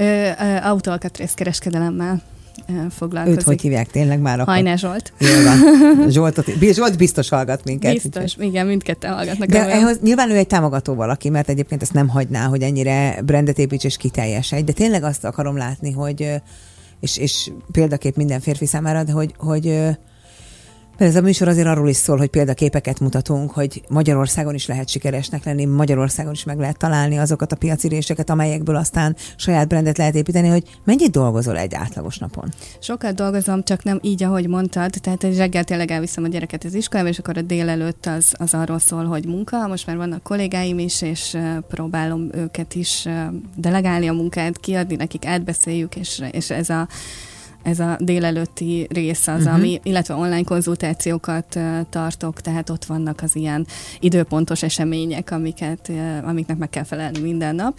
Speaker 3: Autóalkatrészkereskedelemmel foglalkozik.
Speaker 2: Őt hogy hívják tényleg már akkor?
Speaker 3: Hajnás Zsolt.
Speaker 2: Zsoltot, Zsolt biztos hallgat minket.
Speaker 3: Biztos, úgy. Igen, mindketten hallgatnak.
Speaker 2: De ehhez, nyilván ő egy támogató valaki, mert egyébként ezt nem hagyná, hogy ennyire brandet építs és kiteljesedj. De tényleg azt akarom látni, hogy, és, és példakép minden férfi számára, de hogy, hogy mert ez a műsor azért arról is szól, hogy példaképeket mutatunk, hogy Magyarországon is lehet sikeresnek lenni, Magyarországon is meg lehet találni azokat a piaci réseket, amelyekből aztán saját brandet lehet építeni, hogy mennyit dolgozol egy átlagos napon?
Speaker 3: Sokat dolgozom, csak nem így, ahogy mondtad, tehát egy reggel tényleg elviszem a gyereket az iskolába, és akkor a délelőtt az, az arról szól, hogy munka. Most már vannak kollégáim is, és próbálom őket is delegálni a munkát, kiadni nekik, átbeszéljük, és, és ez a Ez a délelőtti rész az, uh-huh. ami, illetve online konzultációkat uh, tartok, tehát ott vannak az ilyen időpontos események, amiket, uh, amiknek meg kell felelni minden nap.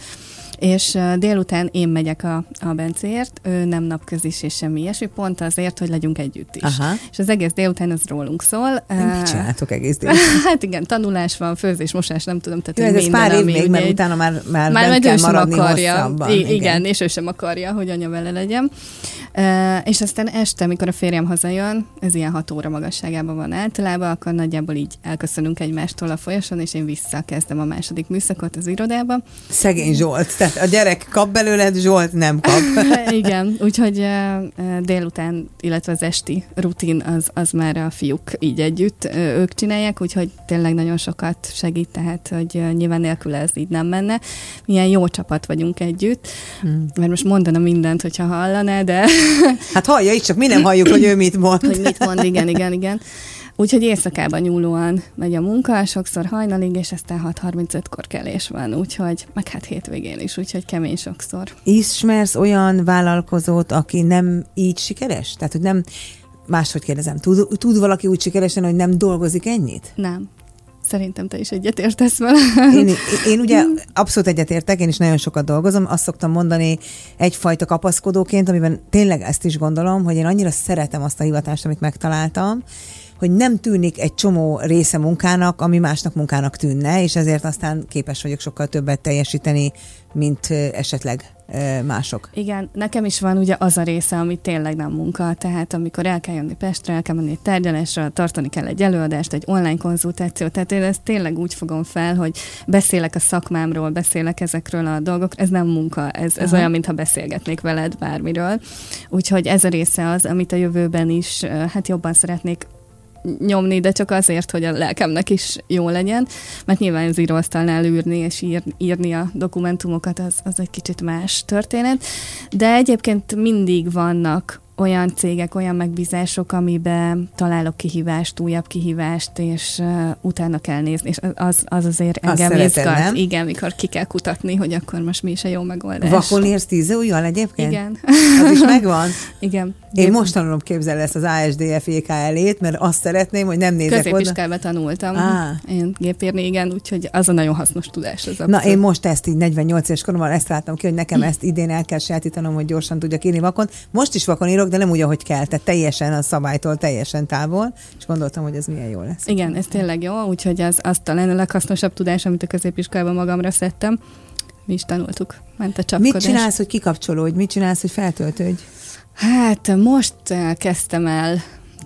Speaker 3: És uh, délután én megyek a, a Bencéért, ő nem napközis és semmi ilyesmi, pont azért, hogy legyünk együtt is. Aha. És az egész délután az rólunk szól.
Speaker 2: Uh, Mit csináltok egész délután?
Speaker 3: Hát igen, tanulás van, főzés, mosás, nem tudom. Tehát
Speaker 2: jó, ez
Speaker 3: minden,
Speaker 2: pár év
Speaker 3: még,
Speaker 2: mert utána már, már,
Speaker 3: már
Speaker 2: bent kell maradni
Speaker 3: akarja.
Speaker 2: hosszabban.
Speaker 3: I- igen. igen, és ő sem akarja, hogy anya vele legyen. Uh, és aztán este, amikor a férjem hazajön, ez ilyen hat óra magasságában van általában, akkor nagyjából így elköszönünk egymástól a folyosón, és én visszakezdem a második műszakot az irodába.
Speaker 2: Szegény Zsolt, tehát a gyerek kap belőled, Zsolt nem kap.
Speaker 3: Igen, úgyhogy uh, délután, illetve az esti rutin az, az már a fiúk így együtt, uh, ők csinálják, úgyhogy tényleg nagyon sokat segít, tehát hogy uh, nyilván nélkül ez így nem menne. Milyen jó csapat vagyunk együtt, hmm. mert most mondana mindent, hogyha hallaná, de...
Speaker 2: Hát hallja itt, csak mi nem halljuk, hogy ő mit mond.
Speaker 3: Hogy mit mond, igen, igen, igen. Úgyhogy éjszakában nyúlóan megy a munka, sokszor hajnalig, és aztán hat harmincötkor kelés van, úgyhogy, meg hát hétvégén is, úgyhogy kemény sokszor.
Speaker 2: Ismersz olyan vállalkozót, aki nem így sikeres? Tehát, hogy nem, máshogy kérdezem, tud, tud valaki úgy sikeresen, hogy nem dolgozik ennyit?
Speaker 3: Nem. Szerintem te is egyetértesz vele.
Speaker 2: Én, én ugye abszolút egyetértek, én is nagyon sokat dolgozom, azt szoktam mondani egyfajta kapaszkodóként, amiben tényleg ezt is gondolom, hogy én annyira szeretem azt a hivatást, amit megtaláltam, hogy nem tűnik egy csomó része munkának, ami másnak munkának tűnne, és ezért aztán képes vagyok sokkal többet teljesíteni, mint esetleg mások.
Speaker 3: Igen, nekem is van ugye az a része, ami tényleg nem munka, tehát amikor el kell jönni Pestre, el kell menni egy tárgyalásra, tartani kell egy előadást, egy online konzultációt, tehát én ezt tényleg úgy fogom fel, hogy beszélek a szakmámról, beszélek ezekről a dolgokról, ez nem munka, ez, ez olyan, mintha beszélgetnék veled bármiről. Úgyhogy ez a része az, amit a jövőben is hát jobban szeretnék nyomni, de csak azért, hogy a lelkemnek is jó legyen, mert nyilván az íróasztalnál űrni és ír, írni a dokumentumokat, az, az egy kicsit más történet, de egyébként mindig vannak olyan cégek, olyan megbízások, amiben találok kihívást, újabb kihívást, és uh, utána kell nézni, és az, az azért engem izgat. Igen, mikor ki kell kutatni, hogy akkor most mi is a jó megoldás.
Speaker 2: Vakon érsz tíz ujjal egyébként?
Speaker 3: Igen.
Speaker 2: Az is megvan?
Speaker 3: Igen.
Speaker 2: Én Gép... most tanulom, képzelni ezt az á es dé ef é ká elét, mert azt szeretném, hogy nem nézek oda.
Speaker 3: Középiskolában tanultam. Ah. Én gépírni, igen, úgyhogy az a nagyon hasznos tudás. Az
Speaker 2: Na, én most ezt így negyvennyolc éves koromban ezt láttam ki, hogy nekem ezt idén el kell sajátítanom, hogy gyorsan tudjak írni vakon. Most is vakon írok, de nem úgy, ahogy kell, tehát teljesen a szabálytól, teljesen távol, és gondoltam, hogy ez milyen jó lesz.
Speaker 3: Igen, ez tényleg jó, úgyhogy az, az talán a leghasznosabb tudás, amit a középiskolában magamra szedtem. Mi is tanultuk, ment a csapkodás.
Speaker 2: Mit csinálsz, hogy kikapcsolódj? Mit csinálsz, hogy feltöltődj?
Speaker 3: Hát most kezdtem el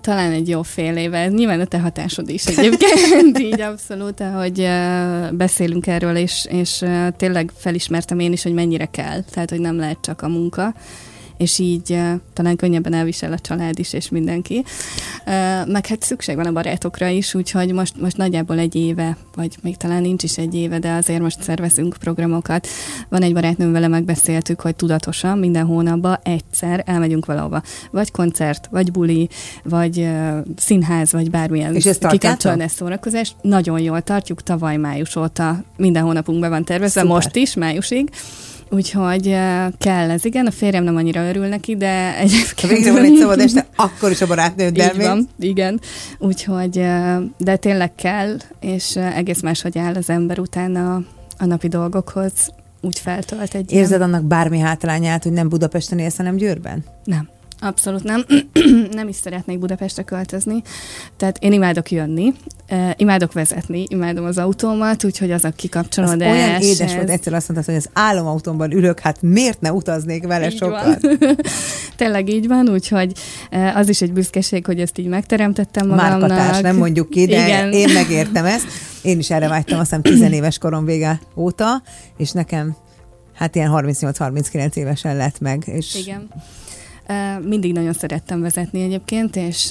Speaker 3: talán egy jó fél éve. Nyilván a te hatásod is egyébként, így abszolút, hogy uh, beszélünk erről, és, és uh, tényleg felismertem én is, hogy mennyire kell. Tehát, hogy nem lehet csak a munka, és így uh, talán könnyebben elvisel a család is, és mindenki. Uh, meg hát szükség van a barátokra is, úgyhogy most, most nagyjából egy éve, vagy még talán nincs is egy éve, de azért most szervezünk programokat. Van egy barátnőm, vele megbeszéltük, hogy tudatosan minden hónapban egyszer elmegyünk valahova. Vagy koncert, vagy buli, vagy uh, színház, vagy bármilyen kikapcsolni szórakozást. Nagyon jól tartjuk, tavaly május óta minden hónapunk be van tervezve, Szuper. Most is, májusig. Úgyhogy kell ez, igen, a férjem nem annyira örül neki, de egyébként...
Speaker 2: Ha végre van egy szabad este, akkor is a barátnőddel
Speaker 3: még. Így van, igen. Úgyhogy, de tényleg kell, és egész máshogy áll az ember utána a napi dolgokhoz, úgy feltölt egy
Speaker 2: Érzed ilyen... annak bármi hátrányát, hogy nem Budapesten élsz, hanem Győrben?
Speaker 3: Nem. Abszolút nem. Nem is szeretnék Budapestre költözni. Tehát én imádok jönni, uh, imádok vezetni, imádom az autómat, úgyhogy az a kikapcsolódás.
Speaker 2: Az olyan édes volt, egyszer azt mondtad, hogy az álomautómban ülök, hát miért ne utaznék vele így sokat?
Speaker 3: Tényleg így van, úgyhogy uh, az is egy büszkeség, hogy ezt így megteremtettem magamnak.
Speaker 2: Márkatárs, nem mondjuk ki, de igen. Én megértem ezt. Én is erre vágytam, azt hiszem tizenéves korom vége óta, és nekem hát ilyen harmincnyolc-harminckilenc évesen lett meg. És
Speaker 3: igen. Uh, mindig nagyon szerettem vezetni egyébként, és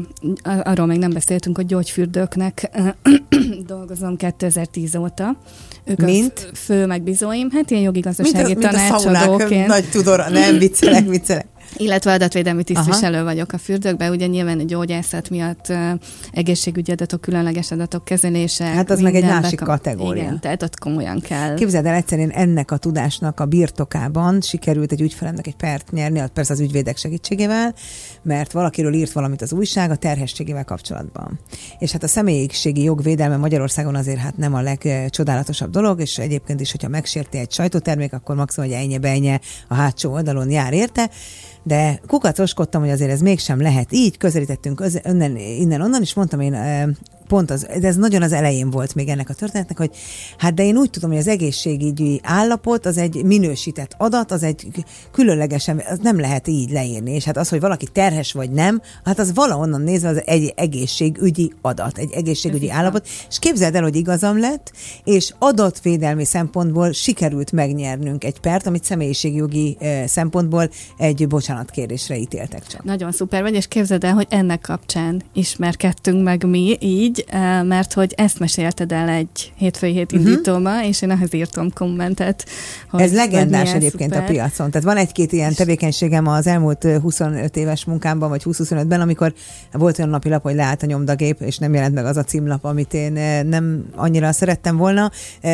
Speaker 3: uh, arról még nem beszéltünk, hogy gyógyfürdőknek uh, dolgozom kétezer-tíz óta. Ők mint? A fő megbízóim, hát ilyen jogigazdasági tanácsadóként.
Speaker 2: Nagy tudor, nem viccelek, viccelek.
Speaker 3: Illetve adatvédelmi tisztviselő Aha. vagyok a fürdőkben, ugye nyilván a gyógyászat miatt uh, egészségügyi adatok, különleges adatok kezelése.
Speaker 2: Hát az meg egy másik kategória.
Speaker 3: Igen, tehát ott komolyan kell.
Speaker 2: Képzeld el, egyszerűen ennek a tudásnak a birtokában sikerült egy ügyfelemnek egy pert nyerni, persze az ügyvédek segítségével, mert valakiről írt valamit az újság a terhességével kapcsolatban. És hát a személyiségi jogvédelme Magyarországon azért hát nem a legcsodálatosabb dolog, és egyébként is, hogyha megsérti egy sajtótermék, akkor maximum, hogy ennye-benye a hátsó oldalon jár érte. De kukacoskodtam, hogy azért ez mégsem lehet így, közelítettünk önnen, innen-onnan, és mondtam én, pont az, de ez nagyon az elején volt még ennek a történetnek, hogy hát de én úgy tudom, hogy az egészségügyi állapot az egy minősített adat, az egy különlegesen, az nem lehet így leírni, és hát az, hogy valaki terhes vagy nem, hát az valahonnan nézve az egy egészségügyi adat, egy egészségügyi állapot, és képzeld el, hogy igazam lett, és adatvédelmi szempontból sikerült megnyernünk egy pert, amit személyiségjogi eh, szempontból egy bocsánatkérésre ítéltek csak.
Speaker 3: Nagyon szuper vagy, és képzeld el, hogy ennek kapcsán ismerkedtünk meg mi így, mert hogy ezt mesélted el egy hétfői hét indítóba, uh-huh. és én ahhoz írtam kommentet. Hogy
Speaker 2: ez legendás egyébként
Speaker 3: szuper.
Speaker 2: A piacon. Tehát van egy-két ilyen tevékenységem az elmúlt huszonöt éves munkámban, vagy húsz-huszonötben, amikor volt olyan napilap, hogy leállt a nyomdagép, és nem jelent meg az a címlap, amit én nem annyira szerettem volna.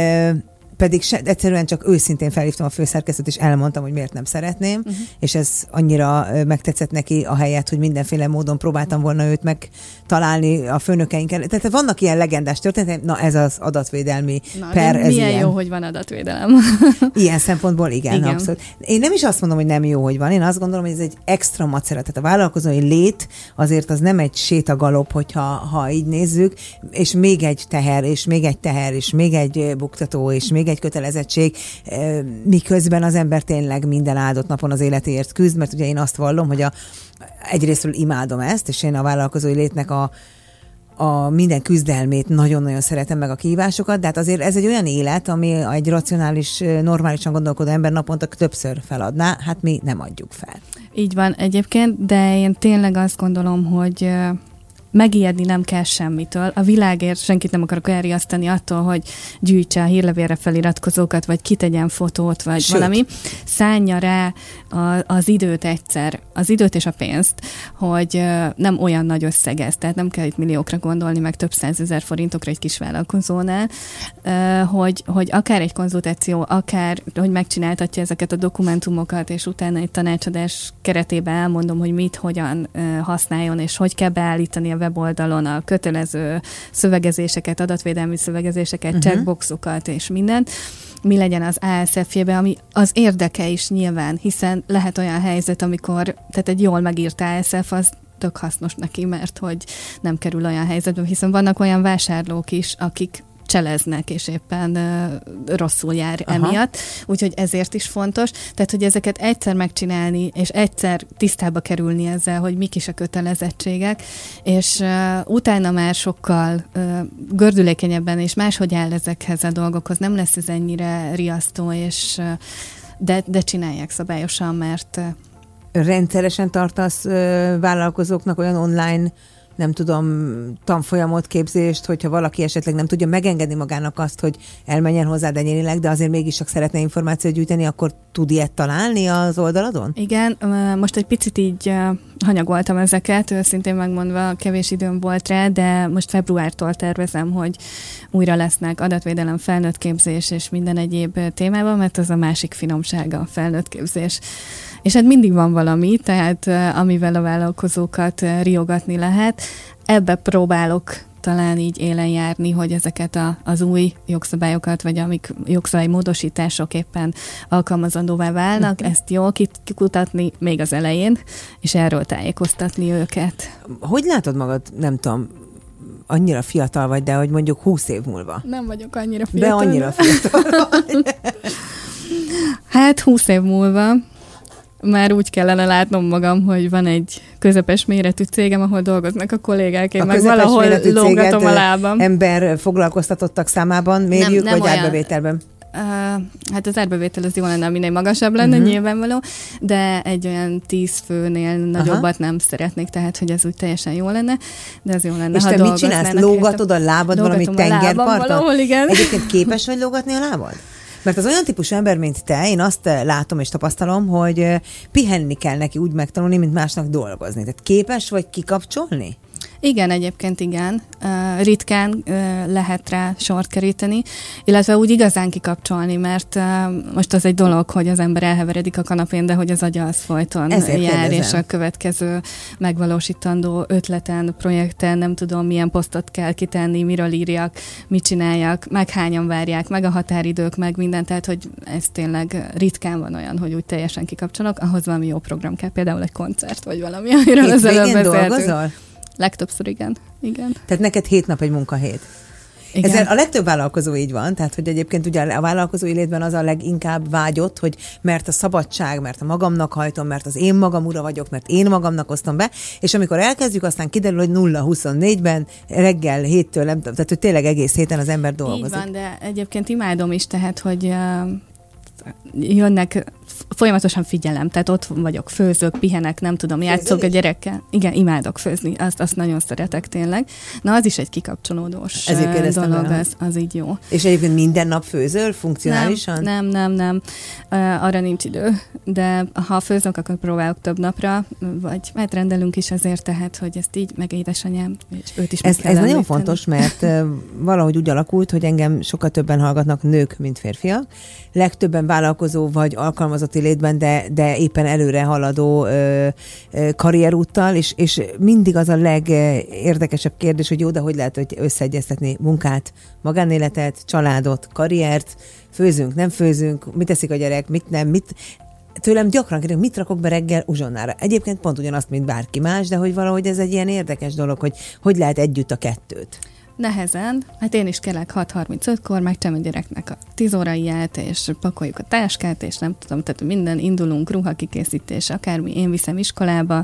Speaker 2: Pedig se, egyszerűen csak őszintén felhívtam a főszerkesztőt, és elmondtam, hogy miért nem szeretném, uh-huh. és ez annyira megtetszett neki a helyet, hogy mindenféle módon próbáltam volna őt megtalálni a főnökeinkkel. Tehát vannak ilyen legendás történetek, na ez az adatvédelmi
Speaker 3: na,
Speaker 2: per. Ez
Speaker 3: milyen
Speaker 2: ilyen.
Speaker 3: Jó, hogy van adatvédelem.
Speaker 2: Ilyen szempontból igen,
Speaker 3: igen,
Speaker 2: abszolút. Én nem is azt mondom, hogy nem jó, hogy van, én azt gondolom, hogy ez egy extra macera. Tehát a vállalkozói lét azért az nem egy sétagalop, hogyha ha így nézzük, és még egy teher, és még egy teher, és még egy buktató, és még egy kötelezettség, miközben az ember tényleg minden áldott napon az életéért küzd, mert ugye én azt vallom, hogy a, egyrésztről imádom ezt, és én a vállalkozói létnek a, a minden küzdelmét nagyon-nagyon szeretem meg a kihívásokat, de hát azért ez egy olyan élet, ami egy racionális, normálisan gondolkodó ember naponta többször feladná, hát mi nem adjuk fel.
Speaker 3: Így van egyébként, de én tényleg azt gondolom, hogy megijedni nem kell semmitől. A világért senkit nem akarok elriasztani attól, hogy gyűjtse a hírlevélre feliratkozókat, vagy kitegyen fotót, vagy Sőt. valami. Szánja rá a, az időt egyszer, az időt és a pénzt, hogy nem olyan nagy összeg ez, tehát nem kell itt milliókra gondolni, meg több százezer forintokra egy kis vállalkozónál, hogy, hogy akár egy konzultáció, akár, hogy megcsináltatja ezeket a dokumentumokat, és utána egy tanácsadás keretében elmondom, hogy mit, hogyan használjon, és hogy kell beállítani a weboldalon a kötelező szövegezéseket, adatvédelmi szövegezéseket, uh-huh. checkboxokat és mindent, mi legyen az á es ef-jébe, ami az érdeke is nyilván, hiszen lehet olyan helyzet, amikor, tehát egy jól megírt á es ef az tök hasznos neki, mert hogy nem kerül olyan helyzetbe, hiszen vannak olyan vásárlók is, akik cseleznek, és éppen uh, rosszul jár Aha. emiatt. Úgyhogy ezért is fontos. Tehát, hogy ezeket egyszer megcsinálni, és egyszer tisztába kerülni ezzel, hogy mik is a kötelezettségek, és uh, utána már sokkal uh, gördülékenyebben és máshogy áll ezekhez a dolgokhoz. Nem lesz ez ennyire riasztó, és uh, de, de csinálják szabályosan, mert... Uh,
Speaker 2: Rendszeresen tartasz uh, vállalkozóknak olyan online, nem tudom, tanfolyamot, képzést, hogyha valaki esetleg nem tudja megengedni magának azt, hogy elmenjen hozzád egyénileg, de azért mégis csak szeretne információt gyűjteni, akkor tud ilyet találni az oldaladon?
Speaker 3: Igen, most egy picit így hanyagoltam ezeket, őszintén megmondva, kevés időm volt rá, de most februártól tervezem, hogy újra lesznek adatvédelem, felnőtt képzés és minden egyéb témában, mert ez a másik finomsága a felnőtt képzés. És hát mindig van valami, tehát amivel a vállalkozókat riogatni lehet. Ebbe próbálok talán így élen járni, hogy ezeket a, az új jogszabályokat, vagy amik jogszabály módosítások éppen alkalmazandóvá válnak, uh-huh. ezt jól kikutatni még az elején, és erről tájékoztatni őket.
Speaker 2: Hogy látod magad, nem tudom, annyira fiatal vagy, de hogy mondjuk húsz év múlva?
Speaker 3: Nem vagyok annyira fiatal.
Speaker 2: De annyira fiatal vagy.
Speaker 3: Hát húsz év múlva már úgy kellene látnom magam, hogy van egy közepes méretű cégem, ahol dolgoznak a kollégák, én a meg valahol lógatom a lábam.
Speaker 2: Ember foglalkoztatottak számában mérjük, nem, nem vagy olyan... árbevételben?
Speaker 3: Uh, hát az árbevétel az jó lenne, minél magasabb lenne, uh-huh. nyilvánvaló, de egy olyan tíz főnél nagyobbat Aha. nem szeretnék, tehát hogy ez úgy teljesen jó lenne, de az jó lenne,
Speaker 2: és
Speaker 3: ha
Speaker 2: te mit csinálsz? Lógatod a lábad valami tengerparton?
Speaker 3: Valahol, igen.
Speaker 2: Egyébként képes vagy lógatni a lábad? Mert az olyan típusú ember, mint te, én azt látom és tapasztalom, hogy pihenni kell neki úgy megtanulni, mint másnak dolgozni. Tehát képes vagy kikapcsolni?
Speaker 3: Igen, egyébként igen. Uh, ritkán uh, lehet rá sort keríteni, illetve úgy igazán kikapcsolni, mert uh, most az egy dolog, hogy az ember elheveredik a kanapén, de hogy az agya az folyton Ezért jár, kérdezem. És a következő megvalósítandó ötleten, projekten, nem tudom, milyen posztot kell kitenni, miről írjak, mit csináljak, meg hányan várják, meg a határidők, meg minden, tehát hogy ez tényleg ritkán van olyan, hogy úgy teljesen kikapcsolok, ahhoz valami jó program kell, például egy koncert, vagy valami, amiről az előbb beszéltünk. Legtöbbször igen. igen.
Speaker 2: Tehát neked hét nap egy munkahét. Igen. Ezzel a legtöbb vállalkozó így van, tehát hogy egyébként ugye a vállalkozói létben az a leginkább vágyott, hogy mert a szabadság, mert a magamnak hajtom, mert az én magam ura vagyok, mert én magamnak osztom be, és amikor elkezdjük, aztán kiderül, hogy nulla huszonnégyben reggel héttől, nem tudom, tehát hogy tényleg egész héten az ember dolgozik.
Speaker 3: Így van, de egyébként imádom is, tehát hogy uh, jönnek, folyamatosan figyelem, tehát ott vagyok, főzök, pihenek, nem tudom, játszok a gyerekkel. Igen, imádok főzni, azt, azt nagyon szeretek tényleg. Na, az is egy kikapcsolódós dolog, az, az így jó.
Speaker 2: És egyébként minden nap főzöl, funkcionálisan?
Speaker 3: Nem, nem, nem, nem. Uh, arra nincs idő, de ha főzök, akkor próbálok több napra, vagy hát rendelünk is azért, tehát, hogy ezt így, meg édesanyám, és őt is
Speaker 2: Ez, ez nagyon fontos, mert uh, valahogy úgy alakult, hogy engem sokkal többen hallgatnak nők, mint férfiak. Legtöbben vállalkozó vagy alkalmazotti létben, de, de éppen előre haladó ö, ö, karrierúttal, és, és mindig az a legérdekesebb kérdés, hogy jó, de hogy lehet hogy összeegyeztetni munkát, magánéletet, családot, karriert, főzünk, nem főzünk, mit teszik a gyerek, mit nem, mit... Tőlem gyakran kérdezik, mit rakok be reggel uzsonnára. Egyébként pont ugyanazt, mint bárki más, de hogy valahogy ez egy ilyen érdekes dolog, hogy hogy lehet együtt a kettőt.
Speaker 3: Nehezen. Hát én is kelek hat harmincötkor, megcsinálom a gyereknek a tíz óraiját, és pakoljuk a táskát, és nem tudom, tehát minden, indulunk, ruhakikészítés, akármi, én viszem iskolába,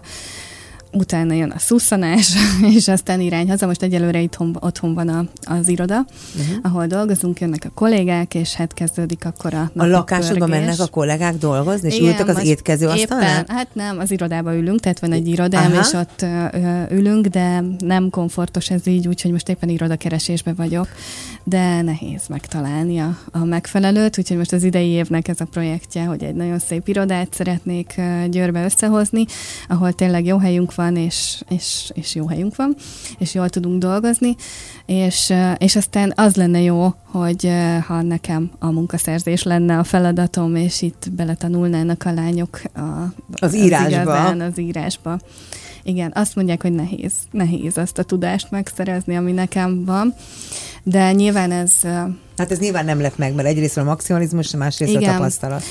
Speaker 3: utána jön a szusszanás, és aztán irány haza. Most egyelőre itthon, otthon van a, az iroda, uh-huh. ahol dolgozunk, jönnek a kollégák, és hát kezdődik akkor a napi
Speaker 2: A lakásodban pörgés. Mennek a kollégák dolgozni, és ültek az étkező asztalnál?
Speaker 3: Hát nem, az irodába ülünk, tehát van egy irodám, Aha. és ott ö, ülünk, de nem komfortos ez így, úgyhogy most éppen irodakeresésben vagyok, de nehéz megtalálni a, a megfelelőt, úgyhogy most az idei évnek ez a projektje, hogy egy nagyon szép irodát szeretnék Győrbe összehozni, ahol tényleg jó helyünk van, és, és, és jó helyünk van, és jól tudunk dolgozni, és, és aztán az lenne jó, hogy ha nekem a munkaszerzés lenne a feladatom, és itt beletanulnának a lányok a,
Speaker 2: az írásba. Az,
Speaker 3: igazán, az írásba. Igen, azt mondják, hogy nehéz, nehéz azt a tudást megszerezni, ami nekem van, de nyilván ez...
Speaker 2: Hát ez nyilván nem lep meg, mert egyrészt a maximalizmus, másrészt igen. a tapasztalat.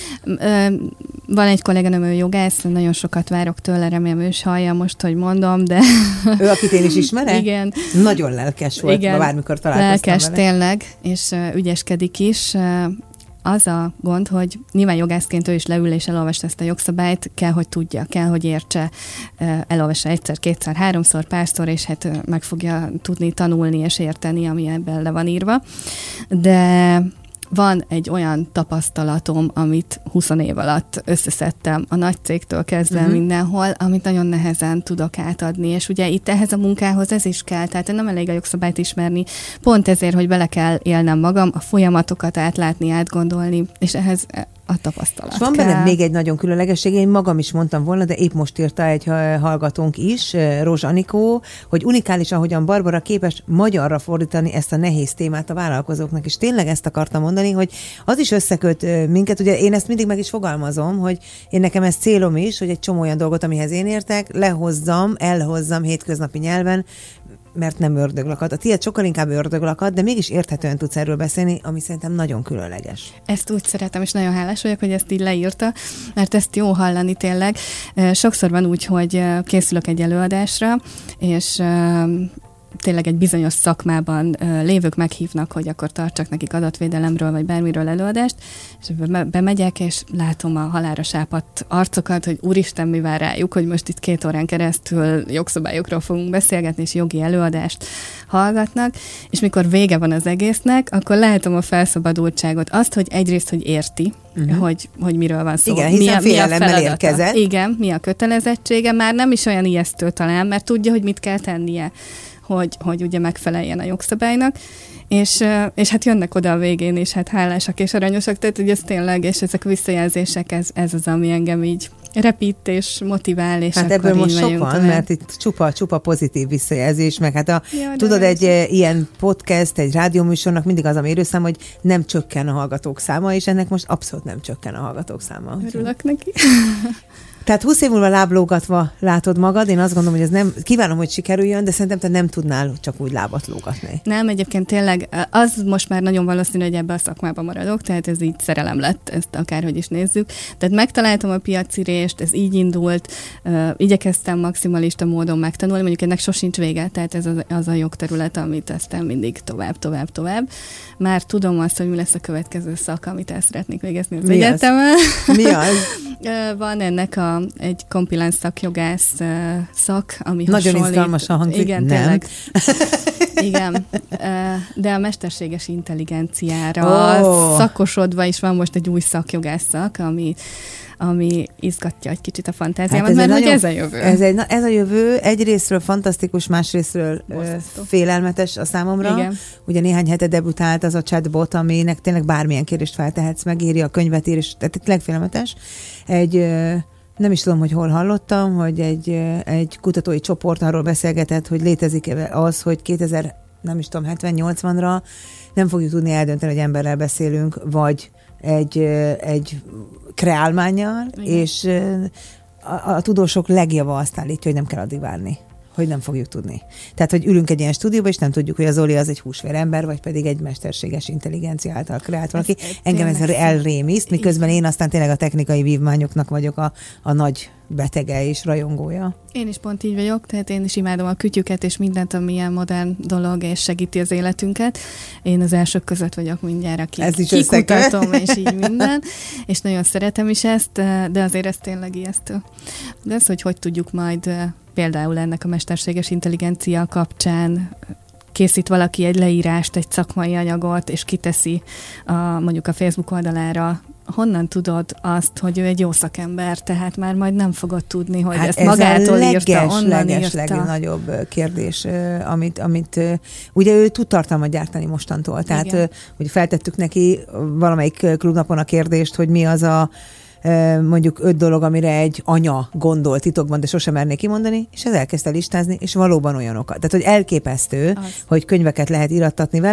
Speaker 3: Van egy kolléganőm, ő jogász, nagyon sokat várok tőle, remélem ő is hallja most, hogy mondom, de...
Speaker 2: Ő, akit én is ismerek?
Speaker 3: Igen.
Speaker 2: Nagyon lelkes volt, igen, bármikor találkoztam
Speaker 3: lelkes,
Speaker 2: vele.
Speaker 3: tényleg, és ügyeskedik is. Az a gond, hogy nyilván jogászként ő is leül és elolvasta ezt a jogszabályt, kell, hogy tudja, kell, hogy értse, elolvassa egyszer, kétszer, háromszor, párszor, és hát meg fogja tudni tanulni és érteni, ami ebben le van írva. De van egy olyan tapasztalatom, amit húsz év alatt összeszedtem a nagy cégtől kezdve uh-huh. mindenhol, amit nagyon nehezen tudok átadni, és ugye itt ehhez a munkához ez is kell, tehát nem elég a jogszabályt ismerni, pont ezért, hogy bele kell élnem magam, a folyamatokat átlátni, átgondolni, és ehhez a tapasztalat.
Speaker 2: És van benned még egy nagyon különlegesség, én magam is mondtam volna, de épp most írta egy hallgatónk is, Rózs Anikó, hogy unikális, ahogyan Barbara képes magyarra fordítani ezt a nehéz témát a vállalkozóknak, és tényleg ezt akartam mondani, hogy az is összeköt minket, ugye én ezt mindig meg is fogalmazom, hogy én nekem ez célom is, hogy egy csomó olyan dolgot, amihez én értek, lehozzam, elhozzam hétköznapi nyelven, mert nem ördöglakat. A tiéd sokkal inkább ördöglakat, de mégis érthetően tudsz erről beszélni, ami szerintem nagyon különleges.
Speaker 3: Ezt úgy szeretem, és nagyon hálás vagyok, hogy ezt így leírta, mert ezt jó hallani tényleg. Sokszor van úgy, hogy készülök egy előadásra, és tényleg egy bizonyos szakmában uh, lévők meghívnak, hogy akkor tartsak nekik adatvédelemről, vagy bármiről előadást, és bemegyek, és látom a halálra sápadt arcokat, hogy úristen, mi vár rájuk, hogy most itt két órán keresztül jogszabályokról fogunk beszélgetni, és jogi előadást hallgatnak, és mikor vége van az egésznek, akkor látom a felszabadultságot, azt, hogy egyrészt, hogy érti, uh-huh. hogy, hogy miről van szó.
Speaker 2: Igen, hiszen mi a, félelemmel érkezett.
Speaker 3: Igen, mi a kötelezettsége, már nem is olyan ijesztő talán, mert tudja, hogy mit kell tennie, hogy, hogy ugye megfeleljen a jogszabálynak, és, és hát jönnek oda a végén, és hát hálásak és aranyosak, tehát ugye ez tényleg, és ezek a visszajelzések, ez, ez az, ami engem így repít és motivál, és
Speaker 2: hát
Speaker 3: akkor
Speaker 2: ebből most sok van,
Speaker 3: tovább.
Speaker 2: Mert itt csupa, csupa pozitív visszajelzés, meg hát a,
Speaker 3: ja,
Speaker 2: tudod, egy e, ilyen podcast, egy rádióműsornak mindig az a mérőszám, hogy nem csökken a hallgatók száma, és ennek most abszolút nem csökken a hallgatók száma.
Speaker 3: Örülök neki.
Speaker 2: Tehát húsz év múlva láblógatva látod magad, én azt gondolom, hogy ez nem, kívánom, hogy sikerüljön, de szerintem te nem tudnál csak úgy lábat lógatni.
Speaker 3: Nem, egyébként tényleg az most már nagyon valószínű, hogy ebbe a szakmába maradok, tehát ez így szerelem lett, ezt akárhogy is nézzük. Tehát megtaláltam a piacirést, ez így indult, uh, igyekeztem maximalista módon megtanulni, mondjuk ennek sosincs vége, tehát ez az, az a jogterület, amit aztán mindig tovább, tovább, tovább. Már tudom azt, hogy mi lesz a következő szak, amit el szeretnék végezni az
Speaker 2: mi
Speaker 3: egyetemen.
Speaker 2: Az? Mi az?
Speaker 3: Van ennek a egy kompiláns szakjogász uh, szak, ami
Speaker 2: nagyon
Speaker 3: hasonlít.
Speaker 2: Izgalmasan hangzik.
Speaker 3: Igen,
Speaker 2: nem.
Speaker 3: tényleg. Igen, uh, de a mesterséges intelligenciára oh. szakosodva is van most egy új szakjogász szak, ami ami izgatja egy kicsit a fantáziámat, hát mert hogy ez a jövő.
Speaker 2: Ez, egy, na, ez a jövő egyrésztről fantasztikus, másrésztről Borzasztó. félelmetes a számomra.
Speaker 3: Igen.
Speaker 2: Ugye néhány hete debütált az a chatbot, aminek tényleg bármilyen kérdést feltehetsz, megírja a könyvet, ír, és tehát legfélelmetes. Egy, nem is tudom, hogy hol hallottam, hogy egy, egy kutatói csoport arról beszélgetett, hogy létezik az, hogy kétezer, nem is tudom, hetven-nyolcvanra nem fogjuk tudni eldönteni, hogy emberrel beszélünk, vagy egy, egy kreálmánnyal, igen. És a, a tudósok legjava azt állítja, hogy nem kell addig várni, hogy nem fogjuk tudni. Tehát, hogy ülünk egy ilyen stúdióba, és nem tudjuk, hogy az Zoli az egy húsvér ember, vagy pedig egy mesterséges intelligencia által kreált valaki. Ez engem ez elrémiszt, miközben én aztán tényleg a technikai vívmányoknak vagyok a, a nagy betege és rajongója.
Speaker 3: Én is pont így vagyok, tehát én is imádom a kütyüket és mindent, ami ilyen modern dolog, és segíti az életünket. Én az elsők között vagyok mindjárt, aki kikutatom, és így minden, és nagyon szeretem is ezt, de azért ez tényleg ijesztő. De az, hogy hogy tudjuk majd például ennek a mesterséges intelligencia kapcsán készít valaki egy leírást, egy szakmai anyagot, és kiteszi a, mondjuk a Facebook oldalára, honnan tudod azt, hogy ő egy jó szakember, tehát már majd nem fogod tudni, hogy hát ezt magától leges, írta, onnan leges, írta. Ez a legnagyobb kérdés, amit, amit ugye ő tud tartalmat gyártani mostantól. Tehát, igen. Hogy feltettük neki valamelyik klubnapon a kérdést, hogy mi az a mondjuk öt dolog, amire egy anya gondol titokban, de sosem merné kimondani, és ez elkezdte listázni, és valóban olyanokat. Tehát, hogy elképesztő, az. Hogy könyveket lehet irattatni vele,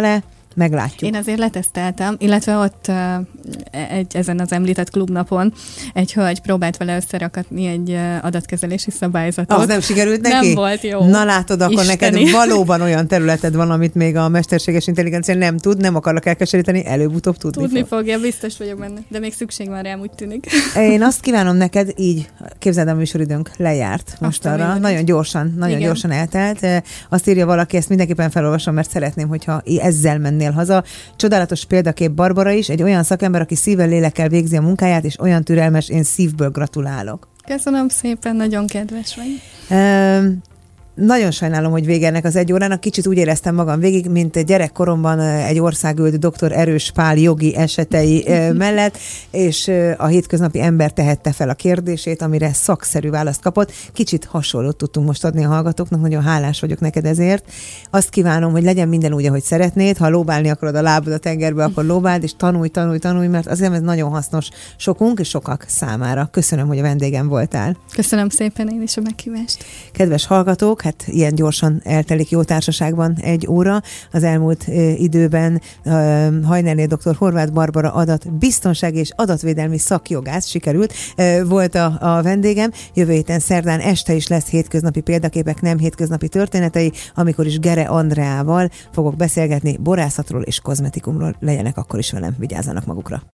Speaker 2: Meglátjuk.
Speaker 3: Én azért leteszteltem, illetve ott uh, egy, ezen az említett klubnapon egy hölgy próbált vele összerakatni egy uh, adatkezelési szabályzatot.
Speaker 2: Az nem sikerült neki?
Speaker 3: Nem volt jó.
Speaker 2: Na látod, akkor
Speaker 3: Isteni.
Speaker 2: Neked valóban olyan területed van, amit még a mesterséges intelligencia nem tud, nem akarlak elkeseríteni, előbb-utóbb tudni
Speaker 3: Tudni
Speaker 2: fog.
Speaker 3: fogja, biztos vagyok benne, de még szükség van rám, úgy tűnik.
Speaker 2: Én azt kívánom neked, így, képzeld, a műsoridőnk lejárt most
Speaker 3: Aztán
Speaker 2: arra. Nagyon gyorsan, nagyon
Speaker 3: Igen.
Speaker 2: gyorsan eltelt. Azt írja valaki, ezt mindenképpen felolvasom, mert szeretném, hogyha ezzel mennél haza. Csodálatos példakép Barbara is, egy olyan szakember, aki szívvel, lélekkel végzi a munkáját, és olyan türelmes, én szívből gratulálok.
Speaker 3: Köszönöm szépen, nagyon kedves vagy.
Speaker 2: Um, Nagyon sajnálom, hogy vége ennek az egy órának. Kicsit úgy éreztem magam végig, mint gyerekkoromban egy országült doktor Erős Pál jogi esetei mellett, és a hétköznapi ember tehette fel a kérdését, amire szakszerű választ kapott. Kicsit hasonlót tudtunk most adni a hallgatóknak, nagyon hálás vagyok neked ezért. Azt kívánom, hogy legyen minden úgy, ahogy szeretnéd. Ha lóbálni akarod a lábad a tengerbe, akkor lóbáld, és tanulj, tanulj, tanulj, mert azért ez nagyon hasznos sokunk és sokak számára. Köszönöm, hogy a vendégem voltál.
Speaker 3: Köszönöm szépen én is a meghívást.
Speaker 2: Kedves hallgatók, hát ilyen gyorsan eltelik jó társaságban egy óra. Az elmúlt uh, időben uh, Hajnalné dr. Horváth Barbara adat biztonsági és adatvédelmi szakjogász sikerült, uh, volt a, a vendégem. Jövő héten szerdán este is lesz hétköznapi példaképek, nem hétköznapi történetei, amikor is Gere Andreával fogok beszélgetni borászatról és kozmetikumról. Legyenek akkor is velem, vigyázzanak magukra.